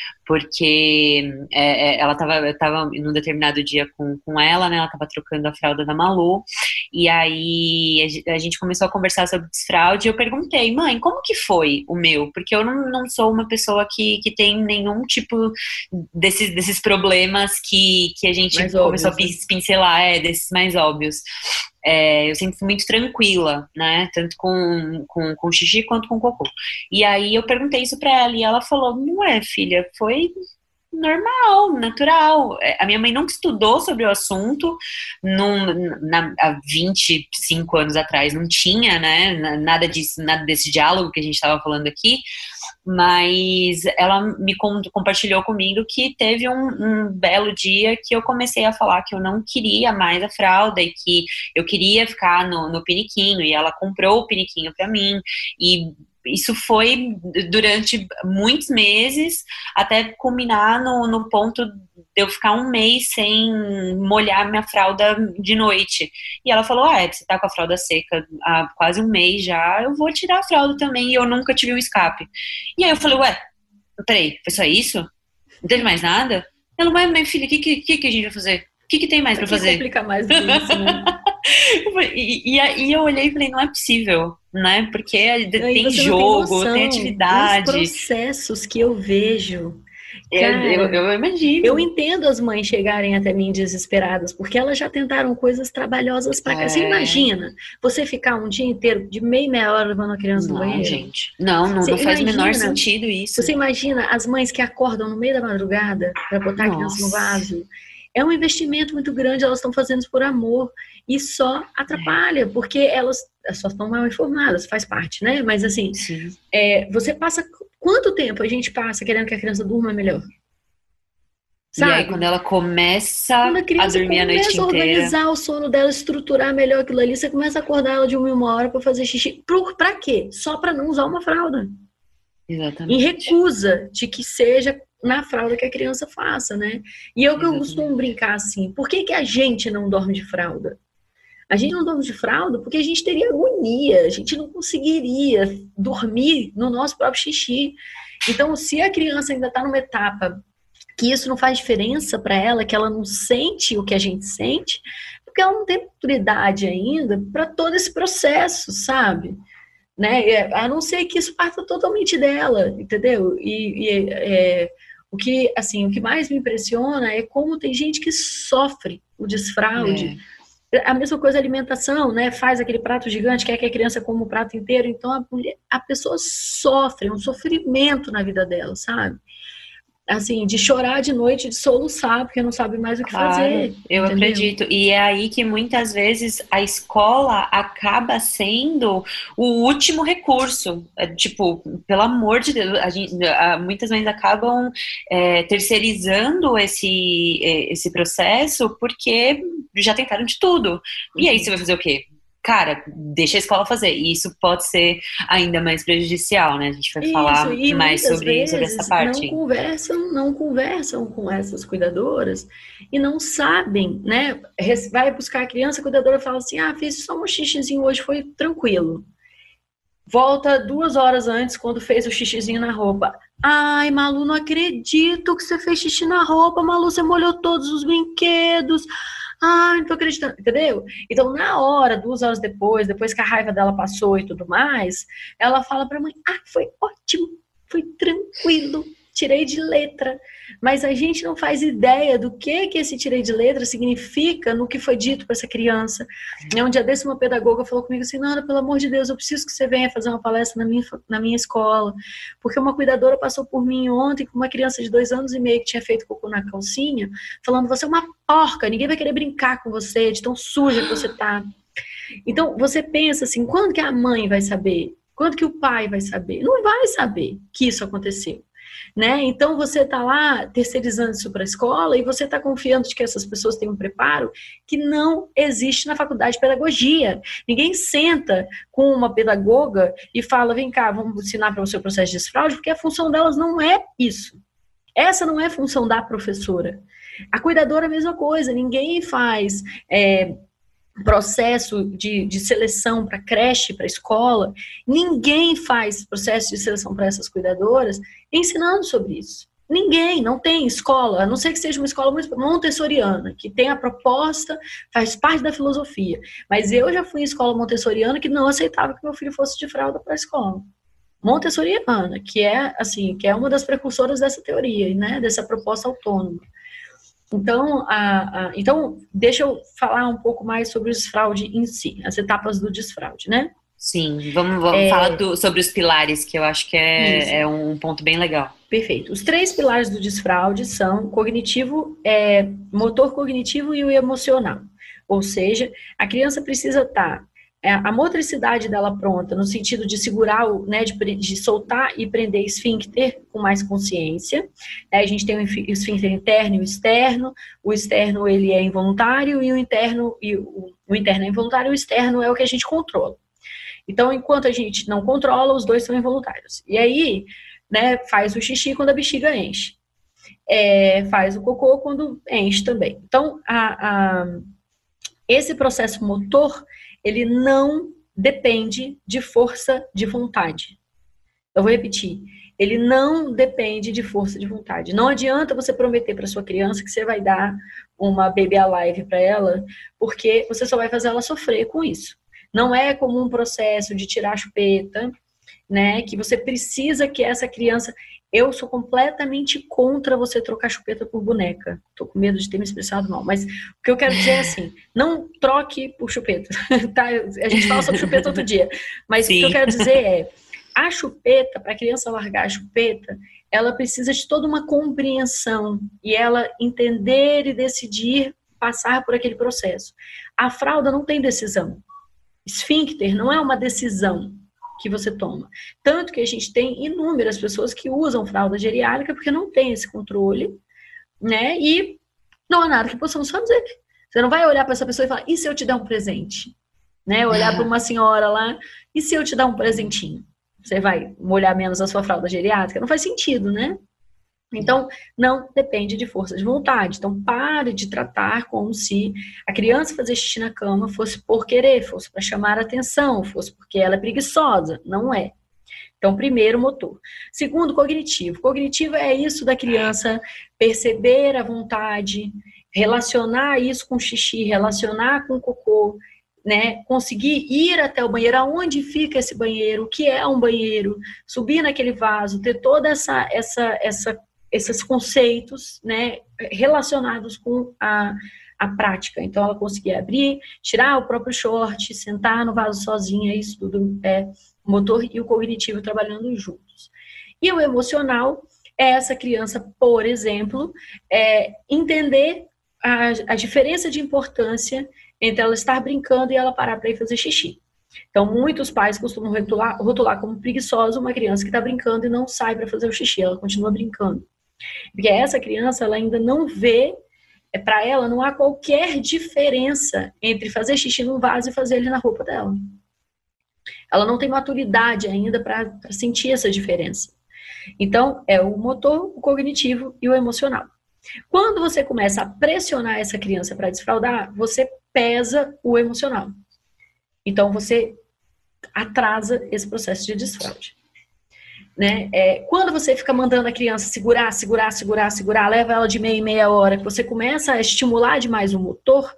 porque é, ela tava, eu estava num determinado dia com, com ela, né, ela estava trocando a fralda da Malu, e aí a gente começou a conversar sobre desfraude, e eu perguntei, mãe, como que foi o meu? Porque eu não, não sou uma pessoa que, que tem nenhum tipo desses, desses problemas que, que a gente mais começou óbvios, a pincelar, é, desses mais óbvios. É, eu sempre fui muito tranquila, né, tanto com, com, com xixi quanto com cocô. E aí eu perguntei isso pra ela e ela falou, não é, filha, foi normal, natural. A minha mãe nunca estudou sobre o assunto, num, na, há vinte e cinco anos atrás não tinha, né, nada disso, nada desse diálogo que a gente estava falando aqui, mas ela me compartilhou comigo que teve um, um belo dia que eu comecei a falar que eu não queria mais a fralda e que eu queria ficar no, no piniquinho, e ela comprou o piniquinho para mim, e isso foi durante muitos meses, até culminar no, no ponto eu ficar um mês sem molhar minha fralda de noite. E ela falou, ah, é, você tá com a fralda seca há quase um mês já, eu vou tirar a fralda também, e eu nunca tive um escape. E aí eu falei, ué, peraí, foi só isso? Não teve mais nada? Ela, ué, minha filha, o que, que, que a gente vai fazer? O que, que tem mais pra Pra fazer? Complica mais do que isso, né? e, e aí eu olhei e falei, não é possível, né? Porque tem você jogo, não tem noção tem atividade. dos processos que eu vejo. Cara, eu, eu, eu imagino. Eu entendo as mães chegarem até mim desesperadas, porque elas já tentaram coisas trabalhosas pra cá. É. Você imagina você ficar um dia inteiro, de meia e meia hora, levando a criança não, no banheiro? Gente. Não, não, não faz o menor sentido isso. Você imagina as mães que acordam no meio da madrugada pra botar Nossa. a criança no vaso? É um investimento muito grande, elas estão fazendo isso por amor e só atrapalha, porque elas só estão mal informadas, faz parte, né? Mas assim, é, você passa... Quanto tempo a gente passa querendo que a criança durma melhor? Sabe? E aí quando ela começa quando a, criança a dormir a noite inteira... começa a organizar o sono dela, estruturar melhor aquilo ali, você começa a acordar ela de uma em uma hora para fazer xixi. Pra, pra quê? Só para não usar uma fralda. Exatamente. Em recusa de que seja na fralda que a criança faça, né? E eu que eu costumo brincar assim, por que que a gente não dorme de fralda? A gente não dorme de fralda porque a gente teria agonia, a gente não conseguiria dormir no nosso próprio xixi. Então, se a criança ainda está numa etapa que isso não faz diferença para ela, que ela não sente o que a gente sente, porque ela não tem maturidade ainda para todo esse processo, sabe? Né? A não ser que isso parta totalmente dela, entendeu? E, e é, o que, assim, o que mais me impressiona é como tem gente que sofre o desfraude. É. A mesma coisa a alimentação, né? Faz aquele prato gigante, quer que a criança coma o prato inteiro. Então, a, mulher, a pessoa sofre, é um sofrimento na vida dela, sabe? Assim, de chorar de noite, de soluçar, porque não sabe mais o que claro, fazer. Eu entendeu? Acredito. E é aí que muitas vezes a escola acaba sendo o último recurso. É, tipo, pelo amor de Deus, a gente, a, muitas vezes acabam é, terceirizando esse, esse processo porque já tentaram de tudo. E aí você vai fazer o quê? Cara, deixa a escola fazer. E isso pode ser ainda mais prejudicial, né? A gente vai isso, falar mais sobre, sobre essa parte. Não conversam, não conversam com essas cuidadoras e não sabem, né? Vai buscar a criança, a cuidadora fala assim, ah, fiz só um xixizinho hoje, foi tranquilo. Volta duas horas antes, quando fez o xixizinho na roupa. Ai, Malu, não acredito que você fez xixi na roupa, Malu, você molhou todos os brinquedos. Ah, não tô acreditando, entendeu? Então, na hora, duas horas depois, depois que a raiva dela passou e tudo mais, ela fala pra mãe, ah, foi ótimo, foi tranquilo, tirei de letra. Mas a gente não faz ideia do que que esse tirei de letra significa no que foi dito para essa criança. Um dia desse, uma pedagoga falou comigo assim, Nora, pelo amor de Deus, eu preciso que você venha fazer uma palestra na minha, na minha escola, porque uma cuidadora passou por mim ontem com uma criança de dois anos e meio que tinha feito cocô na calcinha, falando, você é uma porca, ninguém vai querer brincar com você, de tão suja que você tá. Então, você pensa assim, quando que a mãe vai saber? Quando que o pai vai saber? Não vai saber que isso aconteceu. Né? Então você está lá terceirizando isso para a escola e você está confiando de que essas pessoas têm um preparo que não existe na faculdade de pedagogia. Ninguém senta com uma pedagoga e fala, vem cá, vamos ensinar para você o processo de desfraude, porque a função delas não é isso. Essa não é a função da professora. A cuidadora é a mesma coisa, ninguém faz... É, processo de, de seleção para creche, para escola, ninguém faz processo de seleção para essas cuidadoras ensinando sobre isso. Ninguém, não tem escola, a não ser que seja uma escola muito montessoriana, que tem a proposta, faz parte da filosofia. Mas eu já fui em escola montessoriana que não aceitava que meu filho fosse de fralda para a escola. Montessoriana, que é, assim, que é uma das precursoras dessa teoria, né, dessa proposta autônoma. Então, a, a, então, deixa eu falar um pouco mais sobre o desfraude em si, as etapas do desfraude, né? Sim, vamos, vamos é, falar do, sobre os pilares, que eu acho que é, é um ponto bem legal. Perfeito. Os três pilares do desfraude são cognitivo, é, motor cognitivo e o emocional. Ou seja, a criança precisa estar... É, a motricidade dela pronta, no sentido de segurar, o, né, de, de soltar e prender esfíncter com mais consciência. É, a gente tem o esfíncter interno e o externo. O externo, ele é involuntário e o interno, e o, o interno é involuntário e o externo é o que a gente controla. Então, enquanto a gente não controla, os dois são involuntários. E aí, né, faz o xixi quando a bexiga enche. é, faz o cocô quando enche também. Então, a, a, esse processo motor, ele não depende de força de vontade. Eu vou repetir. Ele não depende de força de vontade. Não adianta você prometer para sua criança que você vai dar uma baby alive para ela, porque você só vai fazer ela sofrer com isso. Não é como um processo de tirar a chupeta, né, que você precisa que essa criança... Eu sou completamente contra você trocar chupeta por boneca. Tô com medo de ter me expressado mal, mas o que eu quero dizer é assim, não troque por chupeta, tá? A gente fala sobre chupeta outro dia, mas Sim. o que eu quero dizer é, a chupeta, para a criança largar a chupeta, ela precisa de toda uma compreensão e ela entender e decidir passar por aquele processo. A fralda não tem decisão. Esfíncter não é uma decisão que você toma. Tanto que a gente tem inúmeras pessoas que usam fralda geriátrica porque não tem esse controle, né? E não há nada que possamos fazer. Você não vai olhar para essa pessoa e falar, e se eu te der um presente? Né? Olhar para uma senhora lá, e se eu te dar um presentinho? Você vai molhar menos a sua fralda geriátrica? Não faz sentido, né? Então, não depende de força de vontade. Então, pare de tratar como se a criança fazer xixi na cama fosse por querer, fosse para chamar a atenção, fosse porque ela é preguiçosa. Não é. Então, primeiro, motor. Segundo, cognitivo. Cognitivo é isso da criança perceber a vontade, relacionar isso com xixi, relacionar com cocô, né? Conseguir ir até o banheiro, aonde fica esse banheiro, o que é um banheiro, subir naquele vaso, ter toda essa... essa, essa esses conceitos, né, relacionados com a, a prática. Então, ela conseguia abrir, tirar o próprio short, sentar no vaso sozinha, isso tudo é o motor e o cognitivo trabalhando juntos. E o emocional é essa criança, por exemplo, é, entender a, a diferença de importância entre ela estar brincando e ela parar para ir fazer xixi. Então, muitos pais costumam rotular, rotular como preguiçosa uma criança que está brincando e não sai para fazer o xixi, ela continua brincando. Porque essa criança, ela ainda não vê, é, para ela não há qualquer diferença entre fazer xixi no vaso e fazer ele na roupa dela. Ela não tem maturidade ainda para sentir essa diferença. Então, é o motor, o cognitivo e o emocional. Quando você começa a pressionar essa criança para desfraldar, você pesa o emocional. Então, você atrasa esse processo de desfraude. Né? É, quando você fica mandando a criança segurar, segurar, segurar, segurar, leva ela de meia em meia hora, que você começa a estimular demais o motor,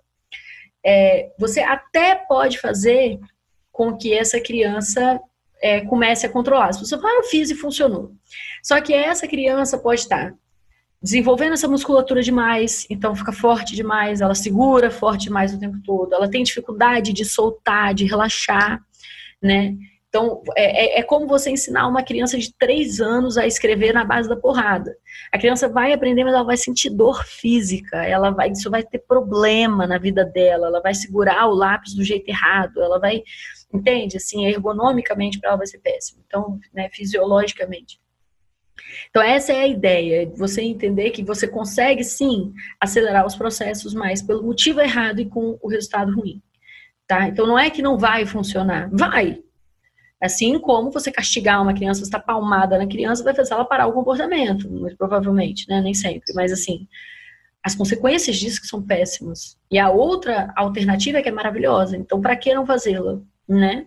é, você até pode fazer com que essa criança é, comece a controlar. Se você fala, ah, eu fiz e funcionou. Só que essa criança pode estar desenvolvendo essa musculatura demais, então fica forte demais, ela segura forte demais o tempo todo, ela tem dificuldade de soltar, de relaxar, né? Então, é, é como você ensinar uma criança de três anos a escrever na base da porrada. A criança vai aprender, mas ela vai sentir dor física, ela vai, isso vai ter problema na vida dela, ela vai segurar o lápis do jeito errado, ela vai, entende? Assim, ergonomicamente para ela vai ser péssimo. Então, né, fisiologicamente. Então, essa é a ideia, você entender que você consegue, sim, acelerar os processos, mas pelo motivo errado e com o resultado ruim. Tá? Então, não é que não vai funcionar, vai. Assim como você castigar uma criança, você está palmada na criança, vai fazer ela parar o comportamento, muito provavelmente, né? Nem sempre, mas assim, as consequências disso que são péssimas. E a outra alternativa é que é maravilhosa, então para que não fazê-la, né?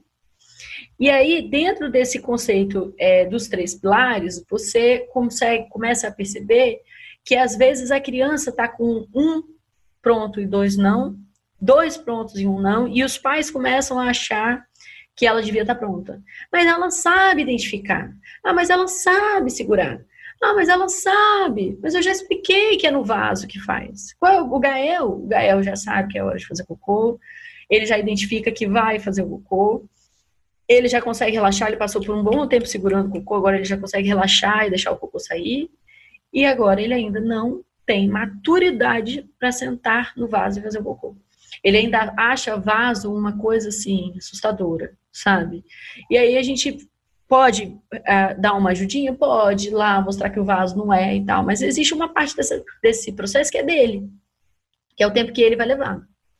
E aí, dentro desse conceito é, dos três pilares, você consegue, começa a perceber que às vezes a criança está com um pronto e dois não, dois prontos e um não, e os pais começam a achar que ela devia estar pronta. Mas ela sabe identificar. Ah, mas ela sabe segurar. Ah, mas ela sabe. Mas eu já expliquei que é no vaso que faz. Qual é o Gael? O Gael já sabe que é hora de fazer cocô. Ele já identifica que vai fazer o cocô. Ele já consegue relaxar. Ele passou por um bom tempo segurando o cocô. Agora ele já consegue relaxar e deixar o cocô sair. E agora ele ainda não tem maturidade para sentar no vaso e fazer o cocô. Ele ainda acha vaso uma coisa assim, assustadora, sabe? E aí a gente pode uh, dar uma ajudinha? Pode, ir lá mostrar que o vaso não é e tal, mas existe uma parte dessa, desse processo que é dele, que é o tempo que ele vai levar.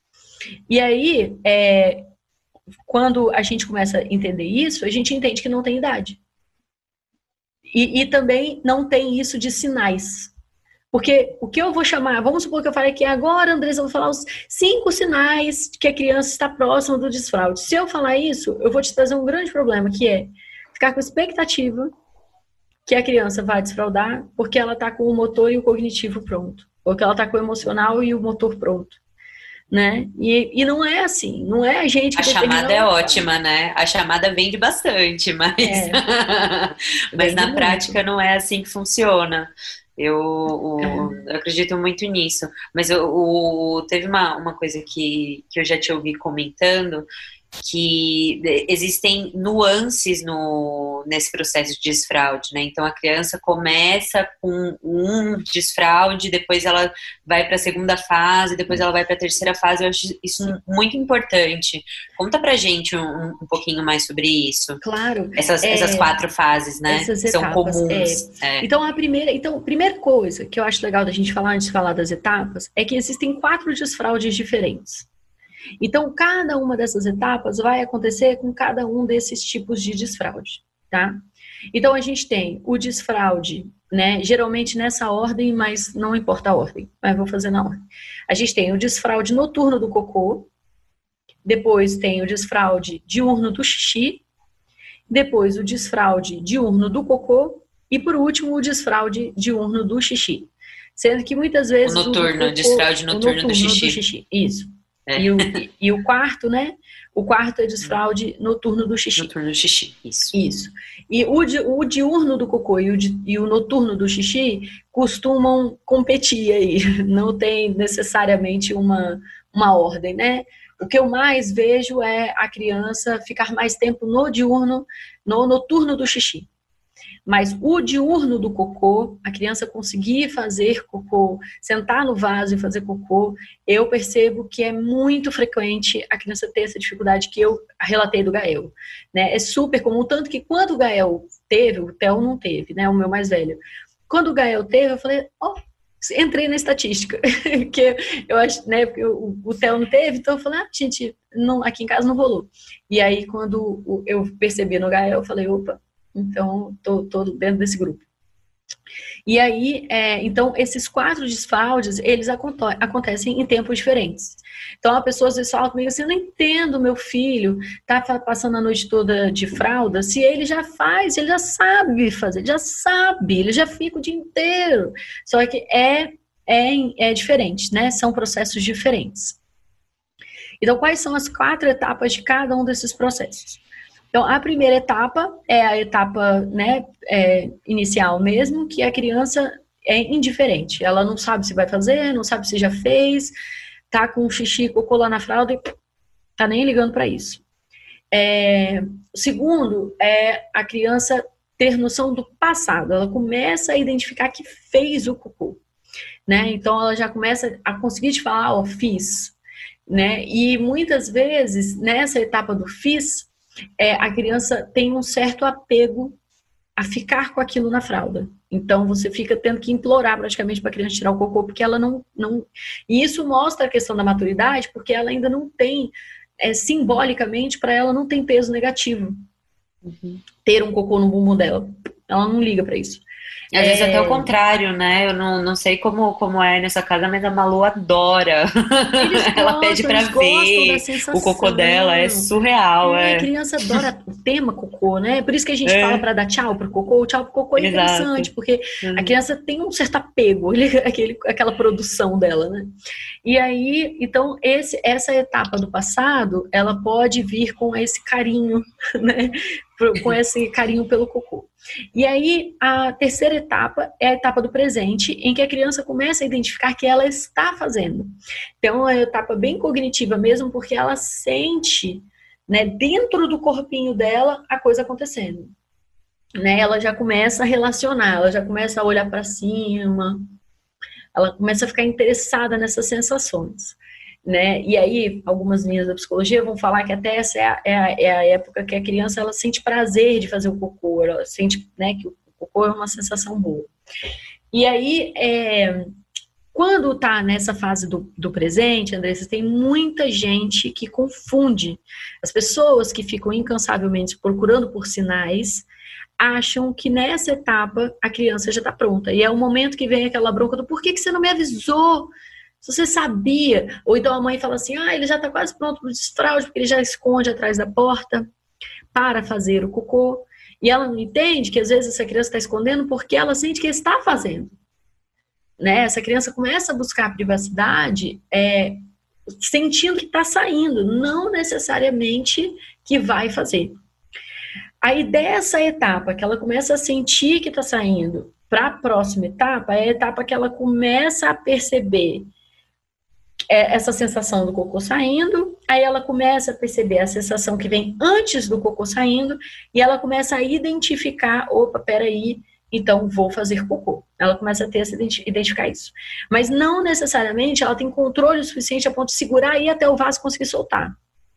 E aí, é, quando a gente começa a entender isso, a gente entende que não tem idade. E, e também não tem isso de sinais. Porque o que eu vou chamar, vamos supor que eu falei que agora, Andressa, eu vou falar os cinco sinais que a criança está próxima do desfraude. Se eu falar isso, eu vou te trazer um grande problema, que é ficar com expectativa que a criança vai desfraudar porque ela está com o motor e o cognitivo pronto, ou que ela está com o emocional e o motor pronto. Né? E, e não é assim, não é a gente que a chamada é ótima, né? A chamada vende bastante, mas, é. mas na muito. prática não é assim que funciona. Eu, o, eu acredito muito nisso. Mas eu, o, teve uma, uma coisa que, que eu já te ouvi comentando, que existem nuances no, nesse processo de desfraude, né? Então a criança começa com um desfraude, depois ela vai para a segunda fase, depois ela vai para a terceira fase. Eu acho isso muito importante. Conta pra gente um, um pouquinho mais sobre isso. Claro. Essas, é, essas quatro fases, né? Essas São etapas, comuns. É. É. Então a primeira, então, primeira coisa que eu acho legal da gente falar antes de falar das etapas é que existem quatro desfraudes diferentes. Então, cada uma dessas etapas vai acontecer com cada um desses tipos de desfraude, tá? Então, a gente tem o desfraude, né? Geralmente nessa ordem, mas não importa a ordem, mas vou fazer na ordem. A gente tem o desfraude noturno do cocô, depois tem o desfraude diurno do xixi, depois o desfraude diurno do cocô e, por último, o desfraude diurno do xixi. Sendo que muitas vezes... O noturno, o, cocô, desfraude noturno, noturno do, xixi. do xixi. Isso. É. E, o, e, e o quarto, né? O quarto é desfraude noturno do xixi. Noturno do xixi, isso. Isso. E o, di, o diurno do cocô e o, di, e o noturno do xixi costumam competir aí. Não tem necessariamente uma, uma ordem, né? O que eu mais vejo é a criança ficar mais tempo no diurno, no noturno do xixi. Mas o diurno do cocô, a criança conseguir fazer cocô, sentar no vaso e fazer cocô, eu percebo que é muito frequente a criança ter essa dificuldade que eu relatei do Gael. Né? É super comum, tanto que quando o Gael teve, o Theo não teve, né, o meu mais velho. Quando o Gael teve, eu falei, ó, oh, entrei na estatística, que eu acho, né, porque o, o Theo não teve, então eu falei, ah, gente, não, aqui em casa não rolou. E aí, quando eu percebi no Gael, eu falei, opa, então, tô, tô dentro desse grupo. E aí, é, então, esses quatro desfraudes, eles aconte acontecem em tempos diferentes. Então, a pessoa às vezes fala comigo assim, eu não entendo, meu filho tá passando a noite toda de fralda, se ele já faz, ele já sabe fazer, ele já sabe, ele já fica o dia inteiro. Só que é, é, é diferente, né? São processos diferentes. Então, quais são as quatro etapas de cada um desses processos? Então, a primeira etapa é a etapa, né, é, inicial mesmo, que a criança é indiferente. Ela não sabe se vai fazer, não sabe se já fez, tá com xixi, cocô lá na fralda e tá nem ligando para isso. É, o segundo é a criança ter noção do passado. Ela começa a identificar que fez o cocô, né? Então, ela já começa a conseguir te falar, ó, fiz, né? E muitas vezes, nessa etapa do fiz, É, a criança tem um certo apego a ficar com aquilo na fralda. Então, você fica tendo que implorar praticamente para a criança tirar o cocô, porque ela não, não... E isso mostra a questão da maturidade, porque ela ainda não tem, é, simbolicamente, para ela não tem peso negativo. Uhum. Ter um cocô no bumbum dela. Ela não liga para isso. Às é... vezes até o contrário, né? Eu não, não sei como, como é nessa casa, mas a Malu adora. Ela gostam, pede pra ver o cocô dela, é surreal. É, é. A criança adora o tema cocô, né? Por isso que a gente é. fala pra dar tchau pro cocô. O tchau pro cocô é Exato. interessante, porque uhum. a criança tem um certo apego, aquele, aquela produção dela, né? E aí, então, esse, essa etapa do passado, ela pode vir com esse carinho, né? Com esse carinho pelo cocô. E aí, a terceira etapa é a etapa do presente, em que a criança começa a identificar que ela está fazendo. Então, é uma etapa bem cognitiva mesmo, porque ela sente, né, dentro do corpinho dela a coisa acontecendo. Né? Ela já começa a relacionar, ela já começa a olhar para cima, ela começa a ficar interessada nessas sensações. Né? E aí, algumas linhas da psicologia vão falar que até essa é a, é a, é a época que a criança ela sente prazer de fazer o cocô, ela sente, né, que o cocô é uma sensação boa. E aí, é, quando está nessa fase do, do presente, Andressa, tem muita gente que confunde. As pessoas que ficam incansavelmente procurando por sinais, acham que nessa etapa a criança já está pronta. E é o momento que vem aquela bronca do por que, que você não me avisou? Se você sabia. Ou então a mãe fala assim, ah, ele já está quase pronto para o desfraude, porque ele já esconde atrás da porta para fazer o cocô. E ela não entende que às vezes essa criança está escondendo porque ela sente que está fazendo. Né? Essa criança começa a buscar privacidade é, sentindo que está saindo, não necessariamente que vai fazer. Aí dessa etapa que ela começa a sentir que está saindo para a próxima etapa, é a etapa que ela começa a perceber essa sensação do cocô saindo, aí ela começa a perceber a sensação que vem antes do cocô saindo, e ela começa a identificar, opa, peraí, então vou fazer cocô. Ela começa a ter essa identificar isso. Mas não necessariamente ela tem controle suficiente a ponto de segurar e ir até o vaso conseguir soltar.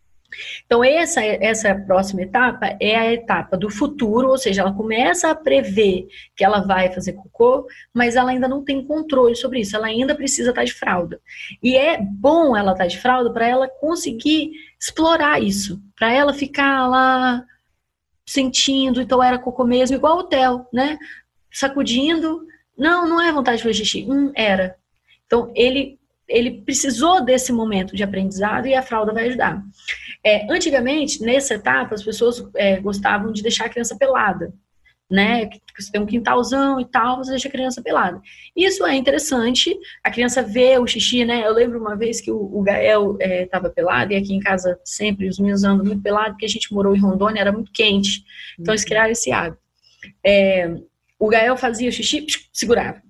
Então essa, essa próxima etapa é a etapa do futuro, ou seja, ela começa a prever que ela vai fazer cocô, mas ela ainda não tem controle sobre isso, ela ainda precisa estar de fralda. E é bom ela estar de fralda para ela conseguir explorar isso, para ela ficar lá sentindo, então era cocô mesmo, igual o Theo, né? Sacudindo, não, não é vontade de fazer xixi, hum, era. Então ele ele precisou desse momento de aprendizado e a fralda vai ajudar. É, antigamente, nessa etapa, as pessoas é, gostavam de deixar a criança pelada, né? Você tem um quintalzão e tal, você deixa a criança pelada. Isso é interessante, a criança vê o xixi, né? Eu lembro uma vez que o, o Gael estava é, pelado, e aqui em casa sempre os meninos andam muito pelados, porque a gente morou em Rondônia, era muito quente, então eles criaram esse hábito. É, o Gael fazia o xixi, segurava.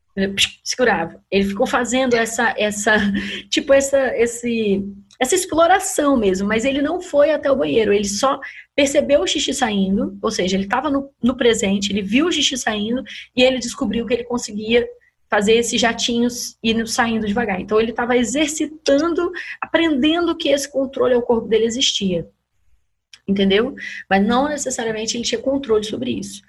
segurava. Ele ficou fazendo essa, essa tipo, essa, esse, essa exploração mesmo, mas ele não foi até o banheiro, ele só percebeu o xixi saindo, ou seja, ele estava no, no presente, ele viu o xixi saindo e ele descobriu que ele conseguia fazer esses jatinhos indo saindo devagar. Então ele estava exercitando, aprendendo que esse controle ao corpo dele existia. Entendeu? Mas não necessariamente ele tinha controle sobre isso.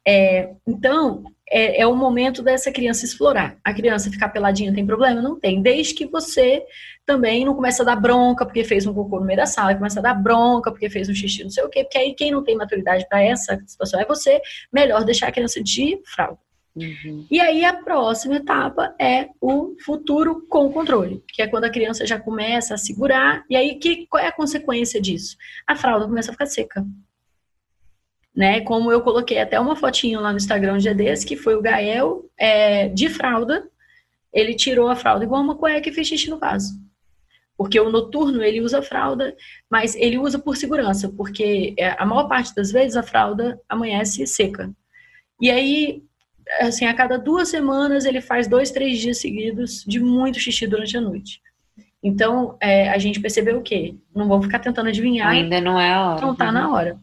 É, então, é, é o momento dessa criança explorar. A criança ficar peladinha tem problema? Não tem. Desde que você também não comece a dar bronca porque fez um cocô no meio da sala, começa a dar bronca porque fez um xixi não sei o quê, porque aí quem não tem maturidade para essa situação é você, melhor deixar a criança de fralda. Uhum. E aí a próxima etapa é o futuro com controle, que é quando a criança já começa a segurar, e aí que, qual é a consequência disso? A fralda começa a ficar seca. Né? Como eu coloquei até uma fotinho lá no Instagram um dia desse, que foi o Gael é, de fralda, ele tirou a fralda igual uma cueca e fez xixi no vaso. Porque o noturno ele usa fralda, mas ele usa por segurança, porque a maior parte das vezes a fralda amanhece seca. E aí, assim, a cada duas semanas ele faz dois, três dias seguidos de muito xixi durante a noite. Então, é, a gente percebeu o quê? Não vamos ficar tentando adivinhar. Ainda não é a hora. Não tá na hora.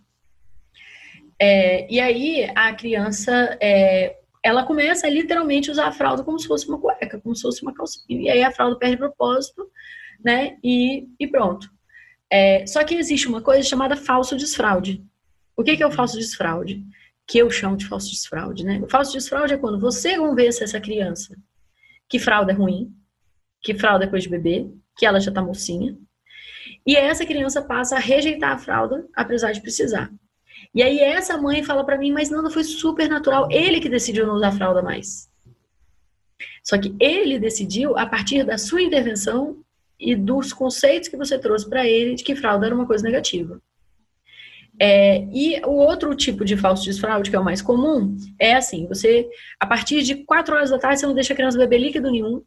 É, e aí a criança, é, ela começa a literalmente usar a fralda como se fosse uma cueca, como se fosse uma calcinha. E aí a fralda perde propósito, né? E, e pronto. É, só que existe uma coisa chamada falso desfraude. O que, que é o falso desfraude? Que eu chamo de falso desfraude, né? O falso desfraude é quando você convence essa criança que fralda é ruim, que fralda é coisa de bebê, que ela já tá mocinha, e essa criança passa a rejeitar a fralda, apesar de precisar. E aí essa mãe fala pra mim, mas Nanda, foi super natural, ele que decidiu não usar fralda mais. Só que ele decidiu a partir da sua intervenção e dos conceitos que você trouxe pra ele de que fralda era uma coisa negativa. É, e o outro tipo de falso desfraude, que é o mais comum, é assim, você, a partir de quatro horas da tarde, você não deixa a criança beber líquido nenhum,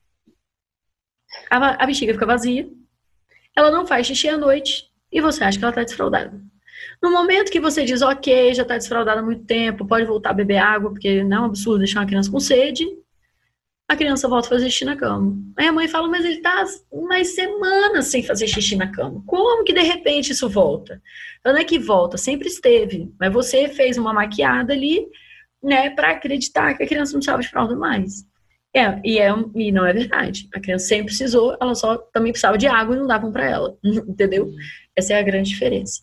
a, a bexiga fica vazia, ela não faz xixi à noite, e você acha que ela está desfraudada. No momento que você diz, ok, já está desfraudada há muito tempo, pode voltar a beber água, porque não é um absurdo deixar uma criança com sede, a criança volta a fazer xixi na cama. Aí a mãe fala, mas ele está umas semanas sem fazer xixi na cama. Como que de repente isso volta? Não é que volta, sempre esteve. Mas você fez uma maquiada ali, né, para acreditar que a criança não precisava de fralda mais. É, e, é, e não é verdade. A criança sempre precisou, ela só também precisava de água e não davam para ela. Entendeu? Essa é a grande diferença.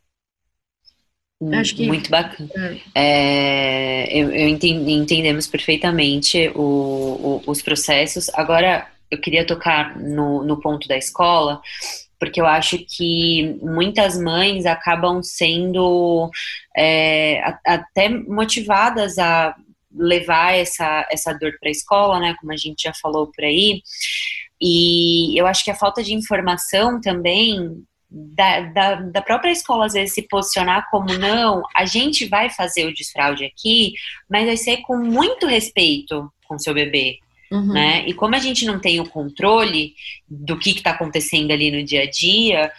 Acho que, muito bacana. É, eu, eu entendi, entendemos perfeitamente o, o, os processos. Agora, eu queria tocar no, no ponto da escola, porque eu acho que muitas mães acabam sendo é, a, até motivadas a levar essa, essa dor para a escola, né, como a gente já falou por aí, e eu acho que a falta de informação também da, da, da própria escola, às vezes, se posicionar como, não, a gente vai fazer o desfraude aqui, mas vai ser com muito respeito com o seu bebê. Uhum. Né? E como a gente não tem o controle do que está acontecendo ali no dia a dia,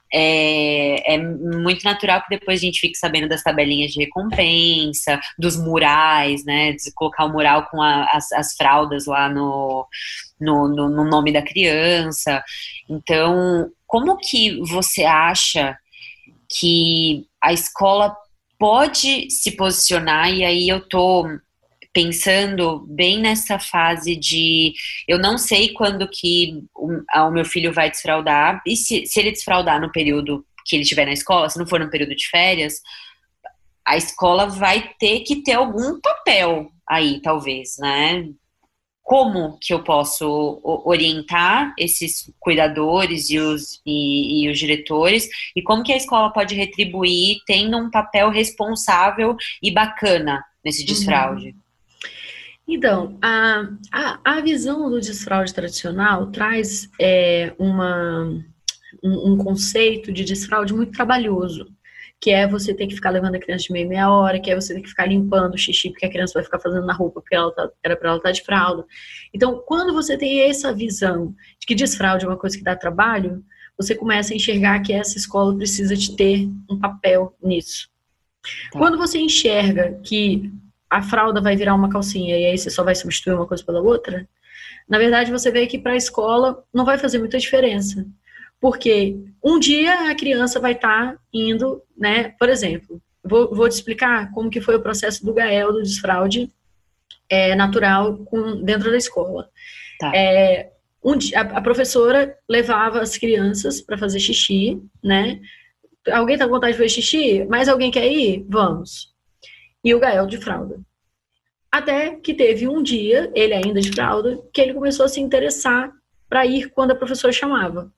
é, é muito natural que depois a gente fique sabendo das tabelinhas de recompensa, dos murais, né? De colocar o mural com a, as, as fraldas lá no, no, no, no nome da criança. Então, como que você acha que a escola pode se posicionar? E aí eu tô pensando bem nessa fase de eu não sei quando que o, o meu filho vai desfraudar, e se, se ele desfraudar no período que ele estiver na escola, se não for no período de férias, a escola vai ter que ter algum papel aí, talvez, né? Como que eu posso orientar esses cuidadores e os, e, e os diretores, e como que a escola pode retribuir tendo um papel responsável e bacana nesse desfraude? Uhum. Então, a, a, a visão do desfraude tradicional traz é, uma, um, um conceito de desfraude muito trabalhoso, que é você ter que ficar levando a criança de meia meia hora, que é você ter que ficar limpando o xixi, porque a criança vai ficar fazendo na roupa, porque ela tá, era para ela estar de fralda. Então, quando você tem essa visão de que desfraude é uma coisa que dá trabalho, você começa a enxergar que essa escola precisa de ter um papel nisso. Tá. Quando você enxerga que a fralda vai virar uma calcinha e aí você só vai substituir uma coisa pela outra, na verdade você vê que para a escola não vai fazer muita diferença. Porque um dia a criança vai estar tá indo, né, por exemplo, vou, vou te explicar como que foi o processo do Gael, do desfraude é, natural com, dentro da escola. Tá. É, um dia, a, a professora levava as crianças para fazer xixi, né, alguém tá com vontade de fazer xixi? Mais alguém quer ir? Vamos. E o Gael de fralda. Até que teve um dia, ele ainda de fralda, que ele começou a se interessar para ir quando a professora chamava.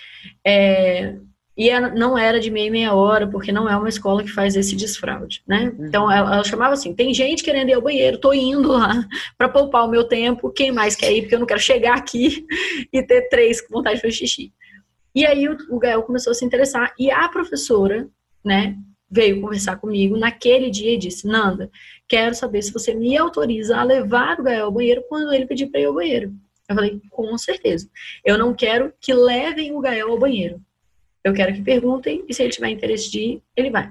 É, e ela não era de meia meia hora, porque não é uma escola que faz esse desfraude, né? Uhum. Então ela, ela chamava assim, tem gente querendo ir ao banheiro, tô indo lá para poupar o meu tempo, quem mais quer ir? Porque eu não quero chegar aqui e ter três com vontade de fazer xixi. E aí o, o Gael começou a se interessar, e a professora, né, veio conversar comigo naquele dia e disse, Nanda, quero saber se você me autoriza a levar o Gael ao banheiro quando ele pedir para ir ao banheiro. Eu falei, com certeza. Eu não quero que levem o Gael ao banheiro. Eu quero que perguntem e se ele tiver interesse de ir, ele vai.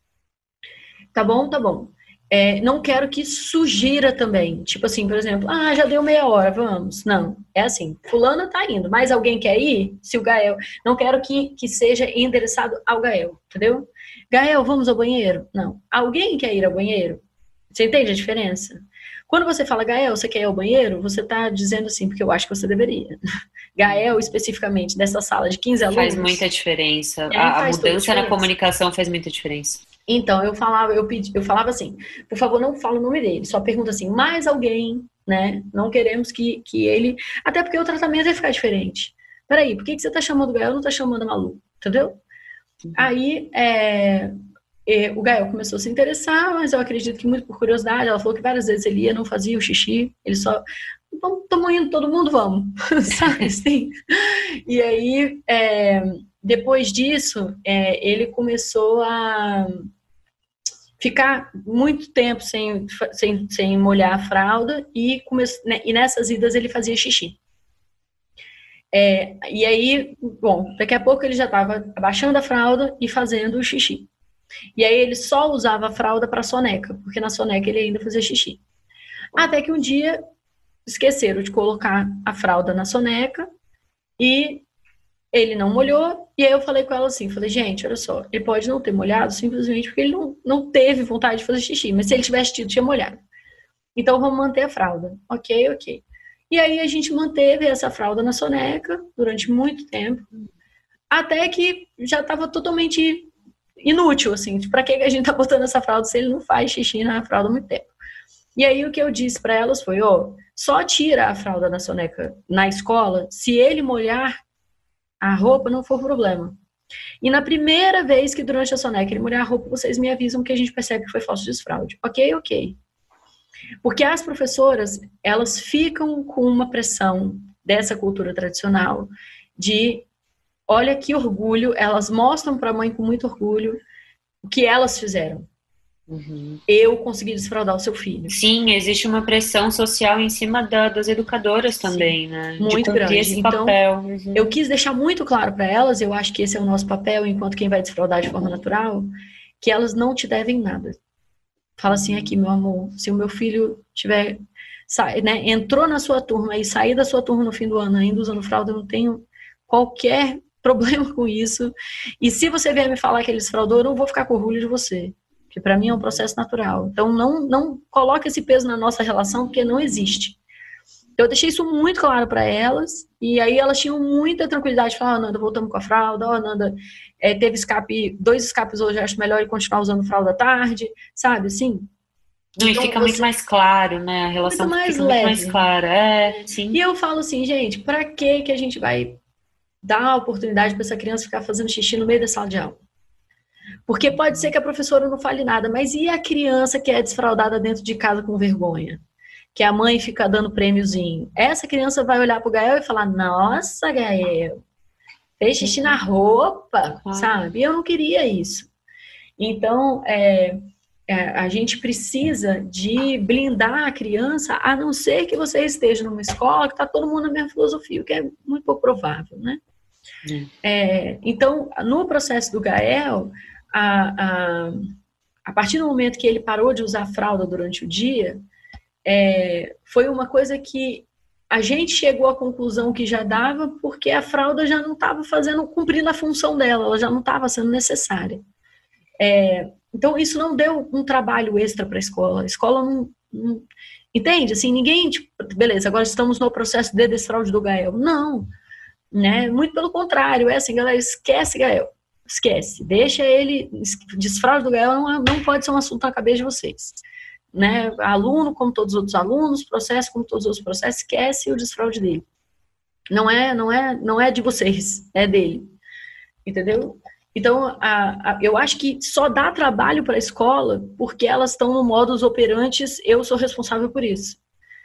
Tá bom? Tá bom. É, não quero que sugira também. Tipo assim, por exemplo, ah, já deu meia hora, vamos. Não, é assim, fulana tá indo, mas alguém quer ir? Se o Gael... Não quero que, que seja endereçado ao Gael, entendeu? Gael, vamos ao banheiro? Não. Alguém quer ir ao banheiro? Você entende a diferença? Quando você fala, Gael, você quer ir ao banheiro? Você está dizendo assim, porque eu acho que você deveria. Gael, especificamente, dessa sala de quinze alunos... Faz muita diferença. É, a, a mudança na comunicação faz muita diferença. Então, eu falava, eu, pedi, eu falava assim, por favor, não fala o nome dele. Só pergunta assim, mais alguém, né? Não queremos que, que ele... Até porque o tratamento vai ficar diferente. Peraí, por que, que você está chamando o Gael e não está chamando a Malu? Entendeu? Uhum. Aí, é... E o Gael começou a se interessar, mas eu acredito que muito por curiosidade. Ela falou que várias vezes ele ia, não fazia o xixi, ele só, estamos indo, todo mundo, vamos, sabe assim? E aí, é, depois disso, é, ele começou a ficar muito tempo sem, sem, sem molhar a fralda e, come, né, e nessas idas ele fazia xixi. É, e aí, bom, daqui a pouco ele já estava abaixando a fralda e fazendo o xixi. E aí ele só usava a fralda para soneca, porque na soneca ele ainda fazia xixi. Até que um dia esqueceram de colocar a fralda na soneca e ele não molhou. E aí eu falei com ela assim, falei, gente, olha só, ele pode não ter molhado simplesmente porque ele não, não teve vontade de fazer xixi, mas se ele tivesse tido, tinha molhado. Então vamos manter a fralda. Ok, ok. E aí a gente manteve essa fralda na soneca durante muito tempo, até que já estava totalmente inútil, assim, para que a gente tá botando essa fralda se ele não faz xixi na fralda há muito tempo. E aí o que eu disse para elas foi, ó, só tira a fralda da soneca na escola se ele molhar a roupa não for problema. E na primeira vez que durante a soneca ele molhar a roupa, vocês me avisam que a gente percebe que foi falso desfraude. Ok, ok. Porque as professoras, elas ficam com uma pressão dessa cultura tradicional de, olha que orgulho, elas mostram para a mãe com muito orgulho o que elas fizeram. Uhum. Eu consegui desfraudar o seu filho. Sim, existe uma pressão social em cima da, das educadoras também, Sim, né? Muito grande. Esse então, papel. Uhum. Eu quis deixar muito claro para elas, eu acho que esse é o nosso papel, enquanto quem vai desfraudar de forma natural, que elas não te devem nada. Fala assim, aqui, meu amor, se o meu filho tiver, né, entrou na sua turma e sair da sua turma no fim do ano ainda usando fralda, eu não tenho qualquer problema com isso. E se você vier me falar que ele desfraudou, eu não vou ficar com orgulho de você. Que para mim é um processo natural. Então, não, não coloque esse peso na nossa relação, porque não existe. Eu deixei isso muito claro para elas, e aí elas tinham muita tranquilidade de falar, oh, Nanda, voltamos com a fralda, ó, oh, Nanda, é, teve escape, dois escapes hoje, acho melhor ele continuar usando fralda à tarde, sabe, assim? Não, então, e fica você... muito mais claro, né, a relação muito mais fica leve. muito mais clara, é, sim. E eu falo assim, gente, para que que a gente vai dar a oportunidade para essa criança ficar fazendo xixi no meio da sala de aula? Porque pode ser que a professora não fale nada, mas e a criança que é desfraudada dentro de casa com vergonha? Que a mãe fica dando prêmiozinho. Essa criança vai olhar pro Gael e falar, nossa, Gael, fez xixi na roupa, ah. sabe? E eu não queria isso. Então, é, é, a gente precisa de blindar a criança, a não ser que você esteja numa escola que está todo mundo na mesma filosofia, o que é muito pouco provável, né? Hum. É, então, no processo do Gael, a, a, a partir do momento que ele parou de usar fralda durante o dia, é, foi uma coisa que a gente chegou à conclusão que já dava porque a fralda já não estava fazendo, cumprindo a função dela, ela já não estava sendo necessária. É, então, isso não deu um trabalho extra para a escola. A escola não, não... Entende? Assim, ninguém... Tipo, beleza, agora estamos no processo de desfraude do Gael. Não. Né? Muito pelo contrário. É assim, galera, esquece Gael. Esquece. Deixa ele... Desfraude do Gael não, não pode ser um assunto na cabeça de vocês. Né? Aluno, como todos os outros alunos, processo, como todos os outros processos, esquece o desfraude dele. Não é, não é, não é de vocês, é dele. Entendeu? Então, a, a, eu acho que só dá trabalho para a escola porque elas estão no modus operantes, eu sou responsável por isso.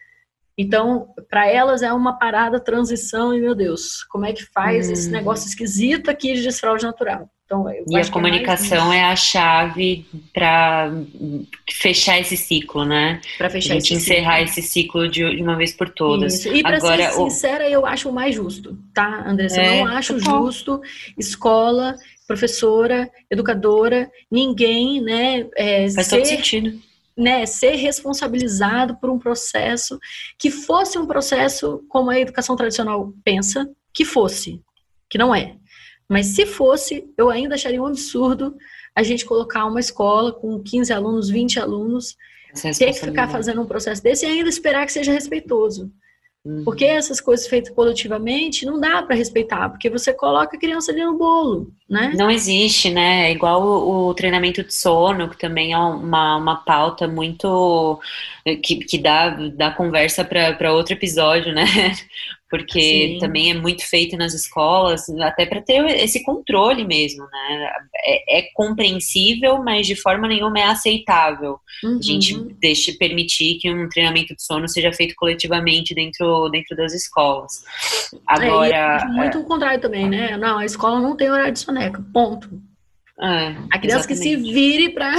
Então, para elas é uma parada, transição, e meu Deus, como é que faz hum. esse negócio esquisito aqui de desfraude natural? Então, eu e a comunicação é, é a chave para fechar esse ciclo, né? Para fechar esse encerrar ciclo. esse ciclo de, de uma vez por todas. Isso. E para ser sincera, o... eu acho o mais justo, tá, Andressa? É, eu não acho tá justo escola, professora, educadora, ninguém, né? É, Faz ser, todo sentido. Né, ser responsabilizado por um processo que fosse um processo como a educação tradicional pensa, que fosse, que não é. Mas se fosse, eu ainda acharia um absurdo a gente colocar uma escola com quinze alunos, vinte alunos, ter que ficar fazendo um processo desse e ainda esperar que seja respeitoso. Uhum. Porque essas coisas feitas coletivamente não dá para respeitar, porque você coloca a criança ali no bolo, né? Não existe, né? É igual o, o treinamento de sono, que também é uma, uma pauta muito... que, que dá, dá conversa para outro episódio, né? Porque Sim. também é muito feito nas escolas, até para ter esse controle mesmo, né? É, é compreensível, mas de forma nenhuma é aceitável. Uhum. A gente deixa permitir que um treinamento de sono seja feito coletivamente dentro, dentro das escolas. Agora... É, muito é... o contrário também, né? Não, a escola não tem horário de soneca, ponto. É, a criança exatamente. que se vire para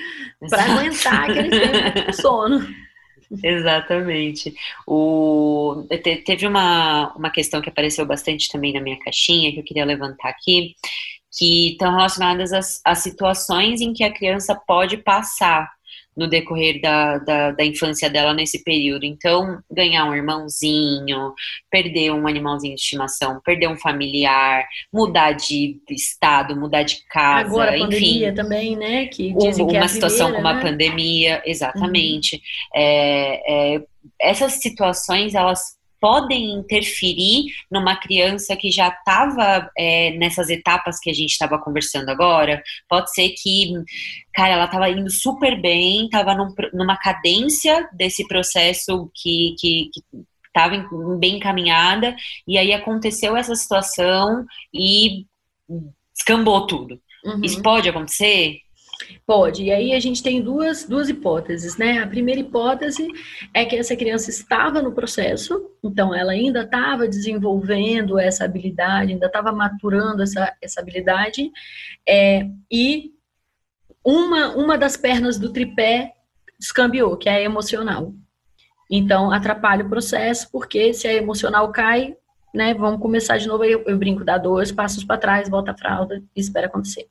aguentar aquele tempo de sono. Exatamente. O, te, teve uma, uma questão que apareceu bastante também na minha caixinha, que eu queria levantar aqui, que estão relacionadas às, às situações em que a criança pode passar no decorrer da, da, da infância dela nesse período. Então, ganhar um irmãozinho, perder um animalzinho de estimação, perder um familiar, mudar de estado, mudar de casa, Agora a enfim. pandemia também, né? Que dizem uma que é a situação primeira, como né? a pandemia, exatamente. Uhum. É, é, essas situações, elas podem interferir numa criança que já estava é, nessas etapas que a gente estava conversando agora. Pode ser que, cara, ela estava indo super bem, estava num, numa cadência desse processo que, que, que estava bem encaminhada, e aí aconteceu essa situação e descambou tudo. Uhum. Isso pode acontecer? Pode, e aí a gente tem duas, duas hipóteses, né? A primeira hipótese é que essa criança estava no processo, então ela ainda estava desenvolvendo essa habilidade, ainda estava maturando essa, essa habilidade, é, e uma, uma das pernas do tripé descambiou, que é a emocional. Então atrapalha o processo, porque se a emocional cai, né, vamos começar de novo, eu, eu brinco, dá dois passos para trás, volta a fralda e espera acontecer.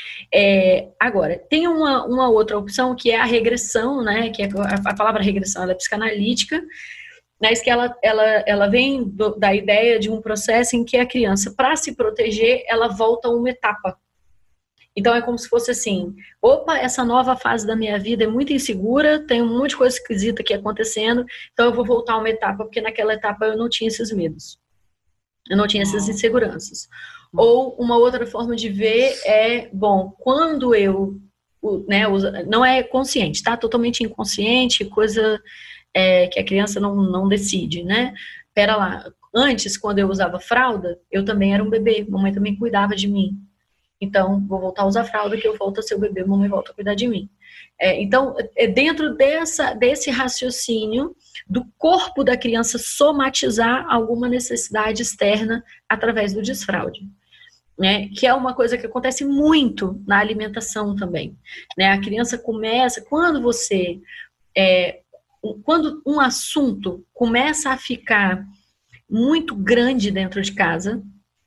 É, agora, tem uma, uma outra opção que é a regressão, né, que é, a, a palavra regressão ela é psicanalítica, mas que ela, ela, ela vem do, da ideia de um processo em que a criança, para se proteger, ela volta a uma etapa. Então é como se fosse assim, opa, essa nova fase da minha vida é muito insegura, tem um monte de coisa esquisita aqui acontecendo, então eu vou voltar a uma etapa, porque naquela etapa eu não tinha esses medos, eu não tinha essas inseguranças. Ou uma outra forma de ver é, bom, quando eu, né, não é consciente, tá? Totalmente inconsciente, coisa é, que a criança não, não decide, né? Pera lá, antes, quando eu usava fralda, eu também era um bebê, mamãe também cuidava de mim. Então, vou voltar a usar fralda, que eu volto a ser o bebê, mamãe volta a cuidar de mim. É, então, é dentro dessa, desse raciocínio do corpo da criança somatizar alguma necessidade externa através do desfraude. Né, que é uma coisa que acontece muito na alimentação também. Né? A criança começa, quando você, é, quando um assunto começa a ficar muito grande dentro de casa,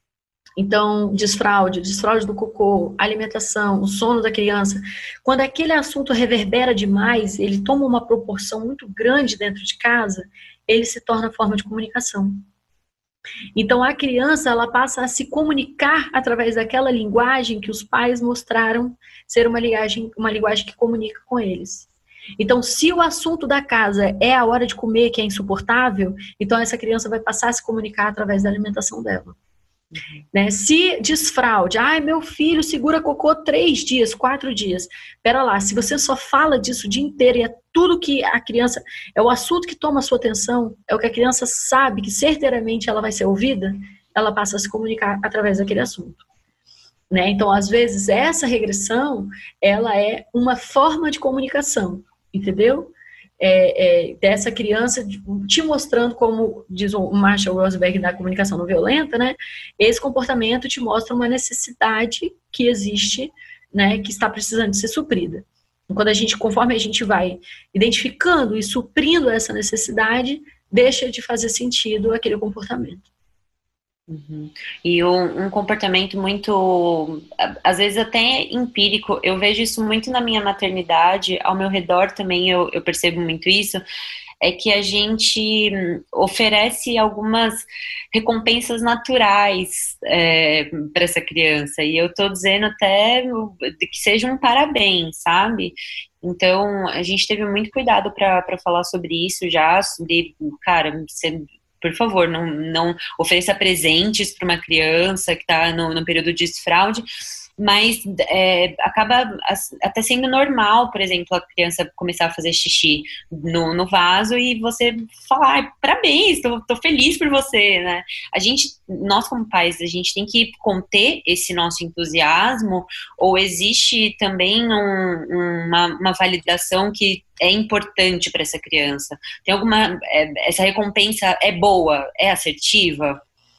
então, desfraude, desfraude do cocô, alimentação, o sono da criança, quando aquele assunto reverbera demais, ele toma uma proporção muito grande dentro de casa, ele se torna forma de comunicação. Então, a criança, ela passa a se comunicar através daquela linguagem que os pais mostraram ser uma linguagem, uma linguagem que comunica com eles. Então, se o assunto da casa é a hora de comer, que é insuportável, então essa criança vai passar a se comunicar através da alimentação dela. Uhum. Né? Se desfraude, ai, meu filho segura cocô três dias, quatro dias. Pera lá, se você só fala disso o dia inteiro e é tudo que a criança, é o assunto que toma a sua atenção, é o que a criança sabe que certeiramente ela vai ser ouvida, ela passa a se comunicar através daquele assunto. Né? Então, às vezes, essa regressão, ela é uma forma de comunicação, entendeu? É, é, dessa criança te mostrando, como diz o Marshall Rosenberg da comunicação não violenta, né? Esse comportamento te mostra uma necessidade que existe, né, que está precisando de ser suprida. Quando a gente, conforme a gente vai identificando e suprindo essa necessidade, deixa de fazer sentido aquele comportamento. Uhum. E um, um comportamento muito, às vezes até empírico, eu vejo isso muito na minha maternidade, ao meu redor também eu, eu percebo muito isso, é que a gente oferece algumas recompensas naturais é, para essa criança, e eu estou dizendo até que seja um parabéns, sabe? Então, a gente teve muito cuidado para falar sobre isso já, sobre, cara, você... Por favor, não, não ofereça presentes para uma criança que está no, no período de desfraude, mas é, acaba até sendo normal, por exemplo, a criança começar a fazer xixi no, no vaso e você falar, ah, parabéns, tô, tô feliz por você, né? A gente, nós como pais, a gente tem que conter esse nosso entusiasmo, ou existe também um, uma, uma validação que é importante para essa criança? Tem alguma, é, essa recompensa é boa, é assertiva?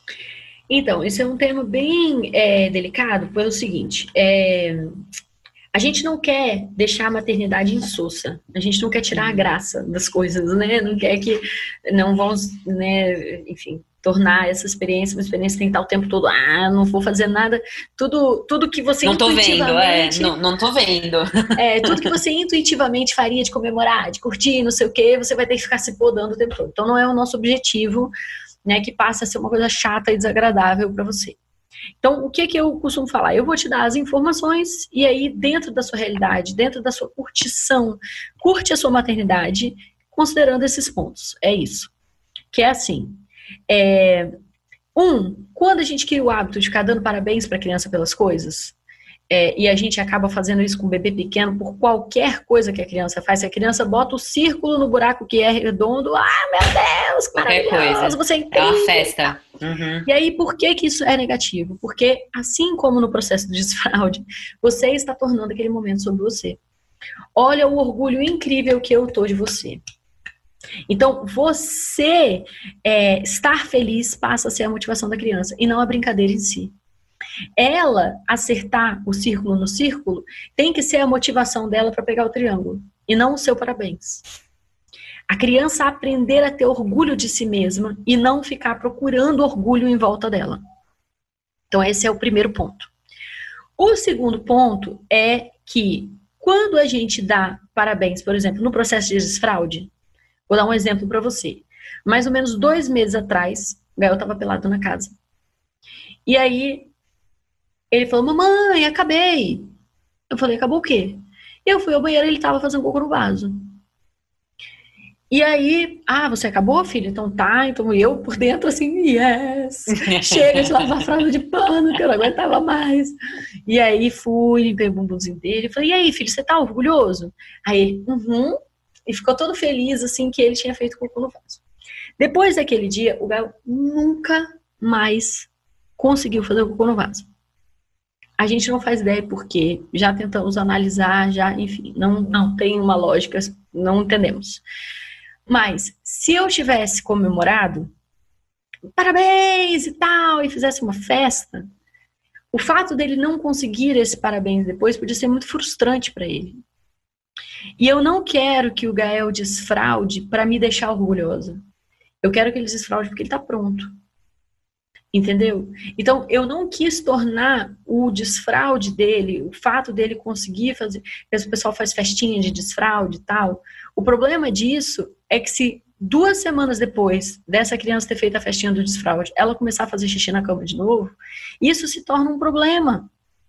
Então, esse é um tema bem é, delicado, pelo seguinte, é, a gente não quer deixar a maternidade insossa, a gente não quer tirar a graça das coisas, né, não quer que não vamos, né, enfim, tornar essa experiência uma experiência que tem que estar o tempo todo, ah, não vou fazer nada, tudo, tudo que você não tô intuitivamente... Vendo, é, não, não tô vendo. É, tudo que você intuitivamente faria de comemorar, de curtir, não sei o quê, você vai ter que ficar se podando o tempo todo. Então, não é o nosso objetivo, né, que passa a ser uma coisa chata e desagradável para você. Então, o que que eu costumo falar? Eu vou te dar as informações e aí, dentro da sua realidade, dentro da sua curtição, curte a sua maternidade, considerando esses pontos. É isso. Que é assim, é, um, quando a gente cria o hábito de ficar dando parabéns para a criança pelas coisas, É, e a gente acaba fazendo isso com o bebê pequeno por qualquer coisa que a criança faz. Se a criança bota o círculo no buraco que é redondo, ah, meu Deus, que qualquer maravilhoso, coisa. você entende? É uma festa. Uhum. E aí, por que que isso é negativo? Porque, assim como no processo de desfraude, você está tornando aquele momento sobre você. Olha o orgulho incrível que eu tô de você. Então, você é, estar feliz passa a ser a motivação da criança e não a brincadeira em si. Ela acertar o círculo no círculo tem que ser a motivação dela para pegar o triângulo e não o seu parabéns. A criança aprender a ter orgulho de si mesma e não ficar procurando orgulho em volta dela. Então esse é o primeiro ponto. O segundo ponto é que quando a gente dá parabéns, por exemplo, no processo de desfraude, vou dar um exemplo para você. Mais ou menos dois meses atrás, o Gael estava pelado na casa. E aí ele falou, mamãe, acabei. Eu falei, acabou o quê? Eu fui ao banheiro e ele estava fazendo cocô no vaso. E aí, ah, você acabou, filho? Então tá, então eu por dentro assim, yes, chega de lavar fralda de pano, que eu não aguentava mais. E aí fui, limpei o bumbumzinho dele, falei, e aí, filho, você tá orgulhoso? Aí ele, uhum, e ficou todo feliz, assim, que ele tinha feito cocô no vaso. Depois daquele dia, o Gael nunca mais conseguiu fazer cocô no vaso. A gente não faz ideia porque já tentamos analisar, já, enfim, não, não tem uma lógica, não entendemos. Mas, se eu tivesse comemorado, parabéns e tal, e fizesse uma festa, o fato dele não conseguir esse parabéns depois podia ser muito frustrante para ele. E eu não quero que o Gael desfraude para me deixar orgulhosa. Eu quero que ele desfraude porque ele está pronto. Entendeu? Então, eu não quis tornar o desfraude dele, o fato dele conseguir fazer, o pessoal faz festinha de desfraude e tal. O problema disso é que se duas semanas depois dessa criança ter feito a festinha do desfraude, ela começar a fazer xixi na cama de novo, isso se torna um problema.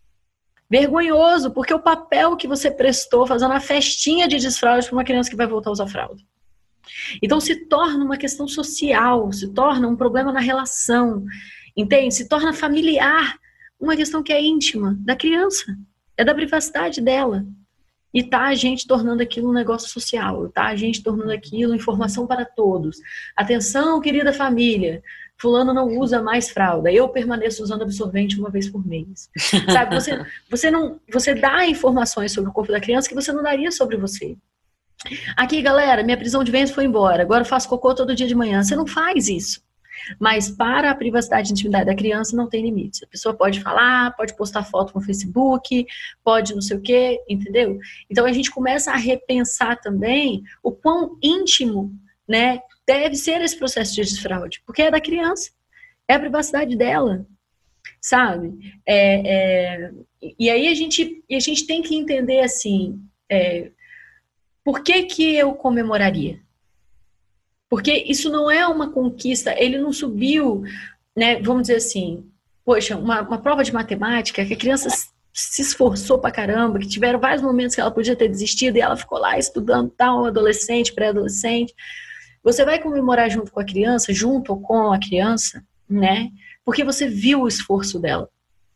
Vergonhoso, porque o papel que você prestou fazendo a festinha de desfraude para uma criança que vai voltar a usar fralda. Então se torna uma questão social, se torna um problema na relação, entende? Se torna familiar, uma questão que é íntima da criança, é da privacidade dela. E tá a gente tornando aquilo um negócio social, tá a gente tornando aquilo informação para todos. Atenção, querida família, fulano não usa mais fralda, eu permaneço usando absorvente uma vez por mês. Sabe, você, você, não, você dá informações sobre o corpo da criança que você não daria sobre você. Aqui, galera, minha prisão de ventre foi embora, agora eu faço cocô todo dia de manhã. Você não faz isso. Mas para a privacidade e intimidade da criança não tem limites. A pessoa pode falar, pode postar foto no Facebook, pode não sei o quê, entendeu? Então a gente começa a repensar também o quão íntimo, né, deve ser esse processo de desfraude, porque é da criança, é a privacidade dela, sabe? É, é, e aí a gente, a gente tem que entender assim, é, por que que eu comemoraria? Porque isso não é uma conquista, ele não subiu, né, vamos dizer assim, poxa, uma, uma prova de matemática que a criança se esforçou pra caramba, que tiveram vários momentos que ela podia ter desistido e ela ficou lá estudando, tal, adolescente, pré-adolescente. Você vai comemorar junto com a criança, junto ou com a criança, né, porque você viu o esforço dela.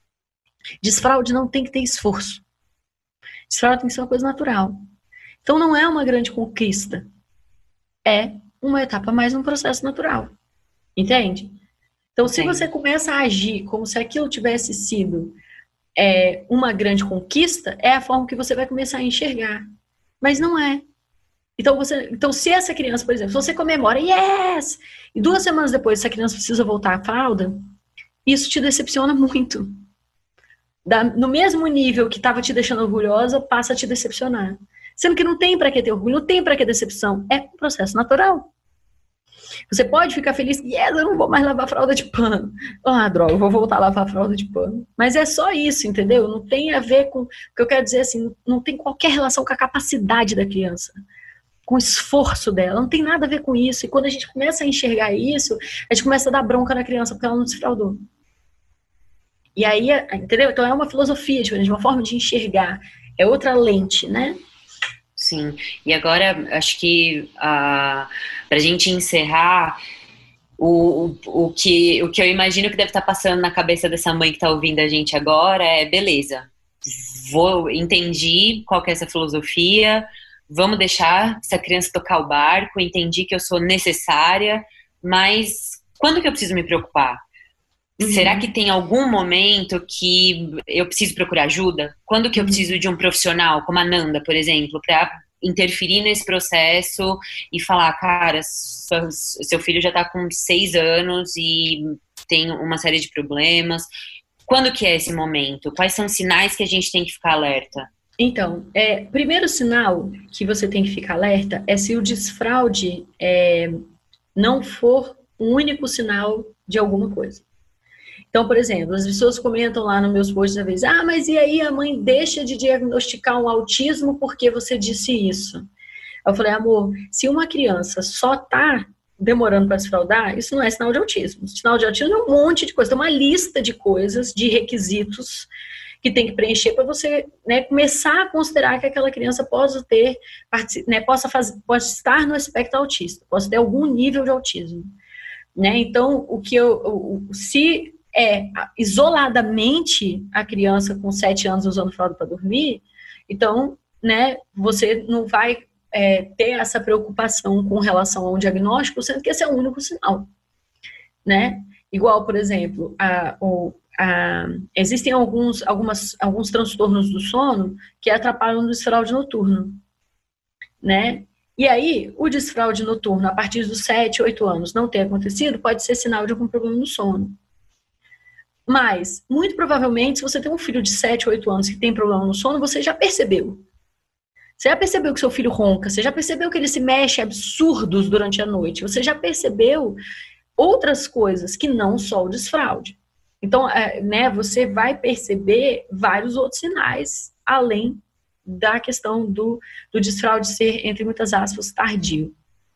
Desfraude não tem que ter esforço. Desfraude tem que ser uma coisa natural. Então não é uma grande conquista. É uma etapa mais um processo natural. Entende? Então, se você começa a agir como se aquilo tivesse sido é, uma grande conquista, é a forma que você vai começar a enxergar. Mas não é. Então, você, então se essa criança, por exemplo, se você comemora, yes! E duas semanas depois essa criança precisa voltar à fralda, isso te decepciona muito. Da, no mesmo nível que estava te deixando orgulhosa, passa a te decepcionar. Sendo que não tem para que ter orgulho, não tem para que decepção. É um processo natural. Você pode ficar feliz, yes, eu não vou mais lavar fralda de pano. Ah, droga, eu vou voltar a lavar fralda de pano. Mas é só isso, entendeu? Não tem a ver com... O que eu quero dizer assim, não tem qualquer relação com a capacidade da criança, com o esforço dela. Não tem nada a ver com isso. E quando a gente começa a enxergar isso, a gente começa a dar bronca na criança porque ela não se fraldou. E aí, entendeu? Então é uma filosofia diferente, uma forma de enxergar. É outra lente, né? Sim, e agora acho que uh, para a gente encerrar, o, o, o, que, o que eu imagino que deve estar passando na cabeça dessa mãe que está ouvindo a gente agora é, beleza, vou, entendi qual que é essa filosofia, vamos deixar essa criança tocar o barco, entendi que eu sou necessária, mas quando que eu preciso me preocupar? Uhum. Será que tem algum momento que eu preciso procurar ajuda? Quando que eu preciso de um profissional, como a Nanda, por exemplo, para interferir nesse processo e falar, cara, seu filho já está com seis anos e tem uma série de problemas. Quando que é esse momento? Quais são os sinais que a gente tem que ficar alerta? Então, é, primeiro sinal que você tem que ficar alerta é se o desfraude é, não for o único sinal de alguma coisa. Então, por exemplo, as pessoas comentam lá nos meus posts, às vezes, ah, mas e aí a mãe deixa de diagnosticar um autismo porque você disse isso? Eu falei, amor, se uma criança só tá demorando para desfraudar, isso não é sinal de autismo. Sinal de autismo é um monte de coisa, tem uma lista de coisas, de requisitos que tem que preencher para você, né, começar a considerar que aquela criança possa ter, né, possa, fazer, possa estar no espectro autista, possa ter algum nível de autismo. Né? Então, o que eu, o, se é isoladamente a criança com sete anos usando fralda para dormir, então, né, você não vai é, ter essa preocupação com relação a um diagnóstico, sendo que esse é o único sinal, né? Igual, por exemplo, a, o, a, existem alguns, algumas, alguns transtornos do sono que atrapalham o desfraude noturno, né? E aí, o desfraude noturno, a partir dos sete, oito anos, não ter acontecido, pode ser sinal de algum problema no sono. Mas, muito provavelmente, se você tem um filho de sete, oito anos que tem problema no sono, você já percebeu. Você já percebeu que seu filho ronca, você já percebeu que ele se mexe absurdos durante a noite, você já percebeu outras coisas que não só o desfraude. Então, é, né, você vai perceber vários outros sinais, além da questão do, do desfraude ser, entre muitas aspas, tardio.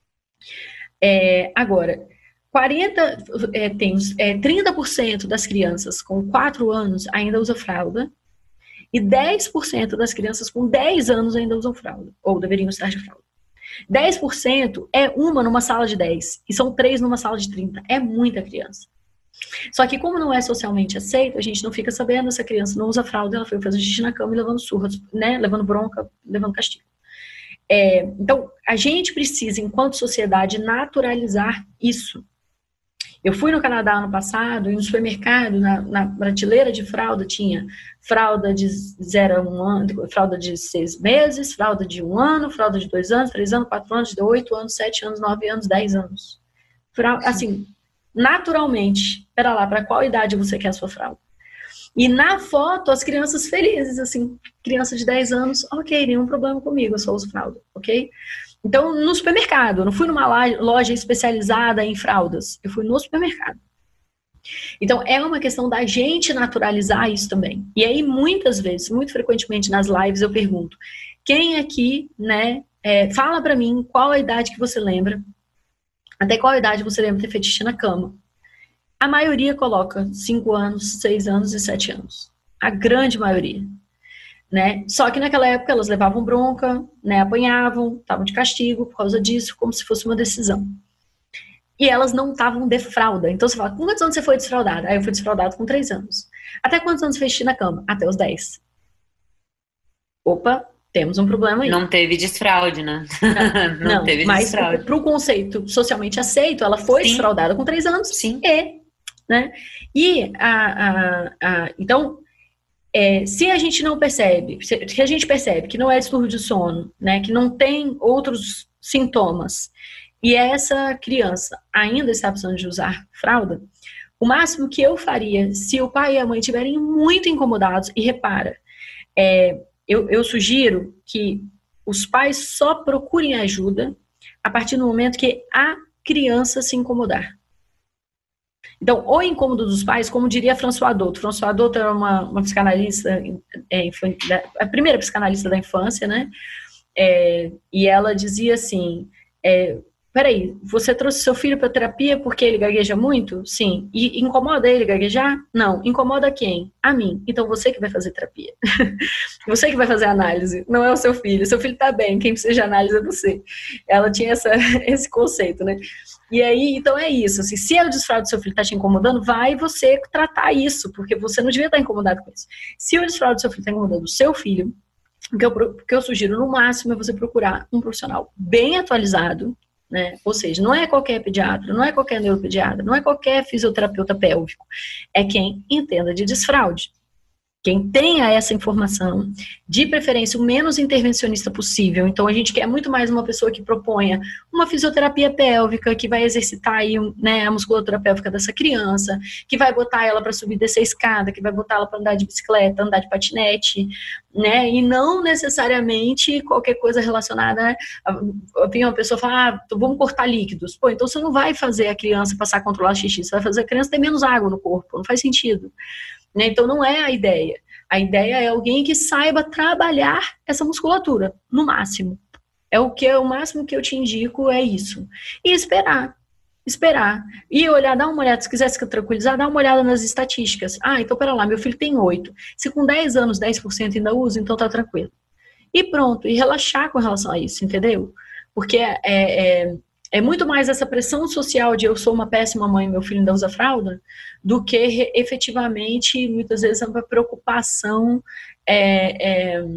É, agora... quarenta, é, tem, é, trinta por cento das crianças com quatro anos ainda usam fralda e dez por cento das crianças com dez anos ainda usam fralda, ou deveriam estar de fralda. dez por cento é uma numa sala de dez e são três numa sala de trinta. É muita criança. Só que como não é socialmente aceito, a gente não fica sabendo, essa criança não usa fralda, ela foi fazer xixi na cama e levando surras, né, levando bronca, levando castigo. É, então, a gente precisa, enquanto sociedade, naturalizar isso. Eu fui no Canadá ano passado e no supermercado, na, na prateleira de fralda, tinha fralda de zero a um ano, fralda de seis meses, fralda de um ano, fralda de dois anos, três anos, quatro anos, de oito anos, sete anos, nove anos, dez anos. Fralda, assim, naturalmente, pera lá, para qual idade você quer a sua fralda? E na foto, as crianças felizes, assim, criança de dez anos, ok, nenhum problema comigo, eu só uso fralda, ok? Então, no supermercado, eu não fui numa loja especializada em fraldas, eu fui no supermercado. Então, é uma questão da gente naturalizar isso também. E aí, muitas vezes, muito frequentemente nas lives, eu pergunto, quem aqui, né, é, fala pra mim qual a idade que você lembra, até qual idade você lembra de ter feito xixi na cama. A maioria coloca cinco anos, seis anos e sete anos. A grande maioria. Né? Só que naquela época elas levavam bronca, né? Apanhavam, estavam de castigo por causa disso, como se fosse uma decisão. E elas não estavam de fralda. Então você fala, com quantos anos você foi desfraudada? Aí eu fui desfraudada com três anos. Até quantos anos você fez xixi na cama? Até os dez. Opa, temos um problema aí. Não teve desfraude, né? Não, não, não teve mas desfraude. Para o conceito socialmente aceito, ela foi Sim. desfraudada com três anos. Sim. E, né? E a, a, a, então... É, se a gente não percebe, se a gente percebe que não é distúrbio de sono, né, que não tem outros sintomas, e essa criança ainda está precisando de usar fralda, o máximo que eu faria, se o pai e a mãe estiverem muito incomodados, e repara, é, eu, eu sugiro que os pais só procurem ajuda a partir do momento que a criança se incomodar. Então, o incômodo dos pais, como diria François Douto. François Douto era uma, uma psicanalista, é, a primeira psicanalista da infância, né? É, e ela dizia assim, é, peraí, você trouxe seu filho para terapia porque ele gagueja muito? Sim. E incomoda ele gaguejar? Não. Incomoda quem? A mim. Então você que vai fazer terapia. Você que vai fazer análise, não é o seu filho. Seu filho tá bem, quem precisa de análise é você. Ela tinha essa, esse conceito, né? E aí, então é isso. Assim, se o desfraude do seu filho tá te incomodando, vai você tratar isso, porque você não devia estar incomodado com isso. Se o desfraude do seu filho tá incomodando o seu filho, o que eu, o que eu sugiro no máximo é você procurar um profissional bem atualizado, né? Ou seja, não é qualquer pediatra, não é qualquer neuropediatra, não é qualquer fisioterapeuta pélvico, é quem entenda de desfraude. Quem tenha essa informação, de preferência o menos intervencionista possível. Então a gente quer muito mais uma pessoa que proponha uma fisioterapia pélvica, que vai exercitar aí, né, a musculatura pélvica dessa criança, que vai botar ela para subir e descer a escada, que vai botar ela para andar de bicicleta, andar de patinete, né, e não necessariamente qualquer coisa relacionada, né, vinha uma pessoa falar, ah, vamos cortar líquidos. Pô, então você não vai fazer a criança passar a controlar o xixi, você vai fazer a criança ter menos água no corpo, não faz sentido. Né? Então não é a ideia. A ideia é alguém que saiba trabalhar essa musculatura, no máximo. É o que o máximo que eu te indico é isso. E esperar. Esperar. E olhar, dar uma olhada, se quiser se tranquilizar, dá uma olhada nas estatísticas. Ah, então pera lá, meu filho tem oito. Se com dez anos, dez por cento ainda usa, então tá tranquilo. E pronto, e relaxar com relação a isso, entendeu? Porque é, é, é muito mais essa pressão social de eu sou uma péssima mãe e meu filho ainda usa fralda, do que efetivamente, muitas vezes, uma preocupação é, é,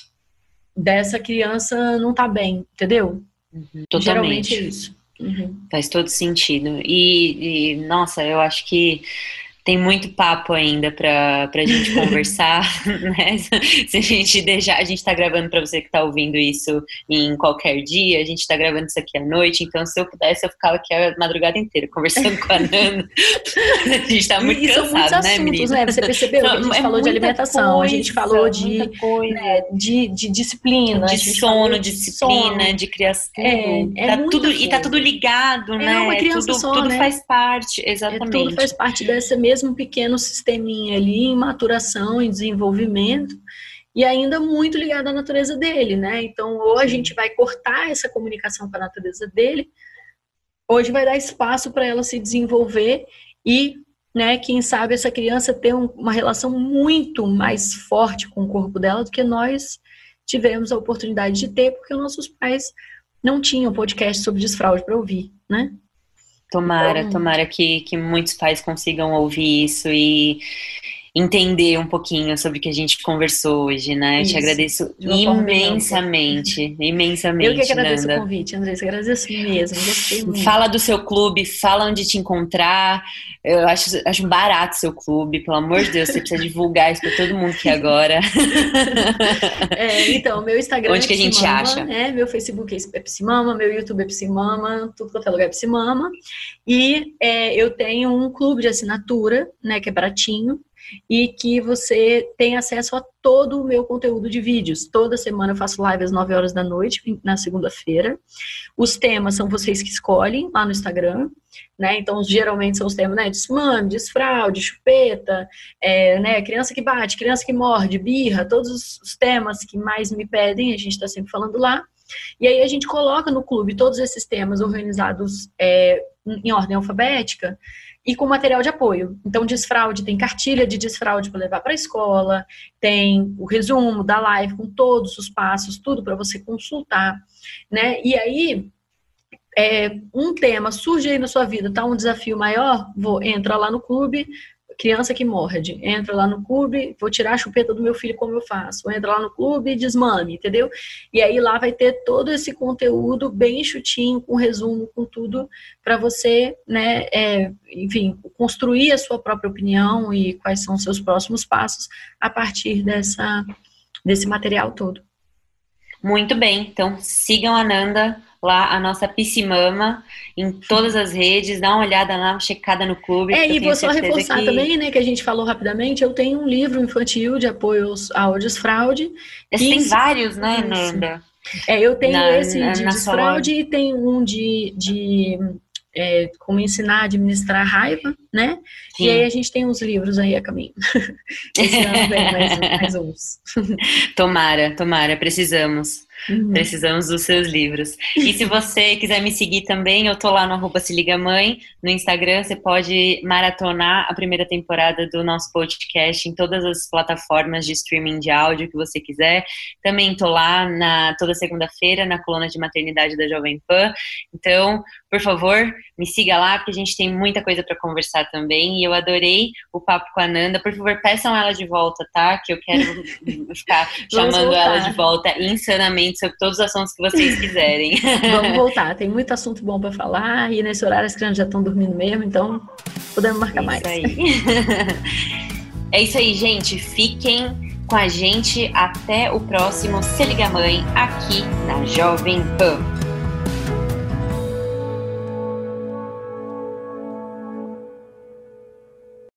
dessa criança não tá bem, entendeu? Uhum, totalmente. Geralmente é isso. Uhum. Faz todo sentido. E, e, nossa, eu acho que tem muito papo ainda pra, pra gente conversar, né? Se a gente deixar, a gente tá gravando pra você que tá ouvindo isso em qualquer dia, a gente tá gravando isso aqui à noite, então se eu pudesse eu ficava aqui a madrugada inteira conversando com a Nanda. A gente tá muito e cansado, são muitos né, assuntos, menina? né? Você percebeu que a gente é falou de alimentação, coisa, a gente falou de, né, de, de disciplina, de sono, de disciplina, sono. De criação, é, é tá tudo, e tá tudo ligado, é né? Uma criança tudo, só, tudo né? faz parte, exatamente. É, tudo faz parte dessa mesmo um pequeno sisteminha ali em maturação, em desenvolvimento, e ainda muito ligado à natureza dele, né? Então, ou a gente vai cortar essa comunicação com a natureza dele, hoje vai dar espaço para ela se desenvolver e, né, quem sabe essa criança ter um, uma relação muito mais forte com o corpo dela do que nós tivemos a oportunidade de ter, porque nossos pais não tinham podcast sobre desfraude para ouvir, né? Tomara, então, tomara que, que muitos pais consigam ouvir isso e entender um pouquinho sobre o que a gente conversou hoje, né? Isso, eu te agradeço imensamente, imensamente, Eu que agradeço Nanda. o convite, Andressa, agradeço mesmo, gostei muito. Fala do seu clube, fala onde te encontrar, eu acho, acho barato o seu clube, pelo amor de Deus, você precisa divulgar isso para todo mundo aqui agora. É, então, meu Instagram onde é que a gente Psimama, acha? Né? Meu Facebook é Psimama, meu YouTube é Psimama, tudo quanto é lugar é Psimama, e é, eu tenho um clube de assinatura, né, que é baratinho, e que você tem acesso a todo o meu conteúdo de vídeos. Toda semana eu faço live às nove horas da noite, na segunda-feira. Os temas são vocês que escolhem lá no Instagram, né? Então, geralmente são os temas, né? Desmame, desfraude, chupeta, é, né? Criança que bate, criança que morde, birra, todos os temas que mais me pedem, a gente está sempre falando lá. E aí a gente coloca no clube todos esses temas organizados é, em ordem alfabética, e com material de apoio. Então, desfraude, tem cartilha de desfraude para levar para a escola, tem o resumo da live com todos os passos, tudo para você consultar, né? E aí, é, um tema surge aí na sua vida, tá um desafio maior, vou entrar lá no clube, criança que morde, entra lá no clube, vou tirar a chupeta do meu filho como eu faço, entra lá no clube e desmame, entendeu? E aí lá vai ter todo esse conteúdo bem chutinho, com resumo, com tudo, para você, né, é, enfim, construir a sua própria opinião e quais são os seus próximos passos a partir dessa, desse material todo. Muito bem, então sigam a Nanda lá, a nossa Psimama, em todas as redes, dá uma olhada lá, uma checada no clube. É, e vou só reforçar que... também, né, que a gente falou rapidamente, eu tenho um livro infantil de apoio ao desfraude. Esse tem vários, né, Nanda? É, eu tenho na, esse na, de na desfraude e tem um de, de é, como ensinar a administrar a raiva, né? Sim. E aí a gente tem uns livros aí a caminho. Esse ano vem mais, mais uns. Tomara, tomara, precisamos. Uhum. Precisamos dos seus livros. E se você quiser me seguir também, eu tô lá no arroba Se Liga Mãe, no Instagram. Você pode maratonar a primeira temporada do nosso podcast em todas as plataformas de streaming de áudio que você quiser. Também tô lá na, toda segunda-feira na coluna de maternidade da Jovem Pan. Então, por favor, me siga lá, porque a gente tem muita coisa para conversar também. E eu adorei o papo com a Nanda. Por favor, peçam ela de volta, tá? Que eu quero ficar chamando ela de volta insanamente sobre todos os assuntos que vocês quiserem. Vamos voltar, tem muito assunto bom para falar. E nesse horário as crianças já estão dormindo mesmo, então podemos marcar mais. Isso aí. É isso aí, gente. Fiquem com a gente até o próximo Se Liga Mãe, aqui na Jovem Pan.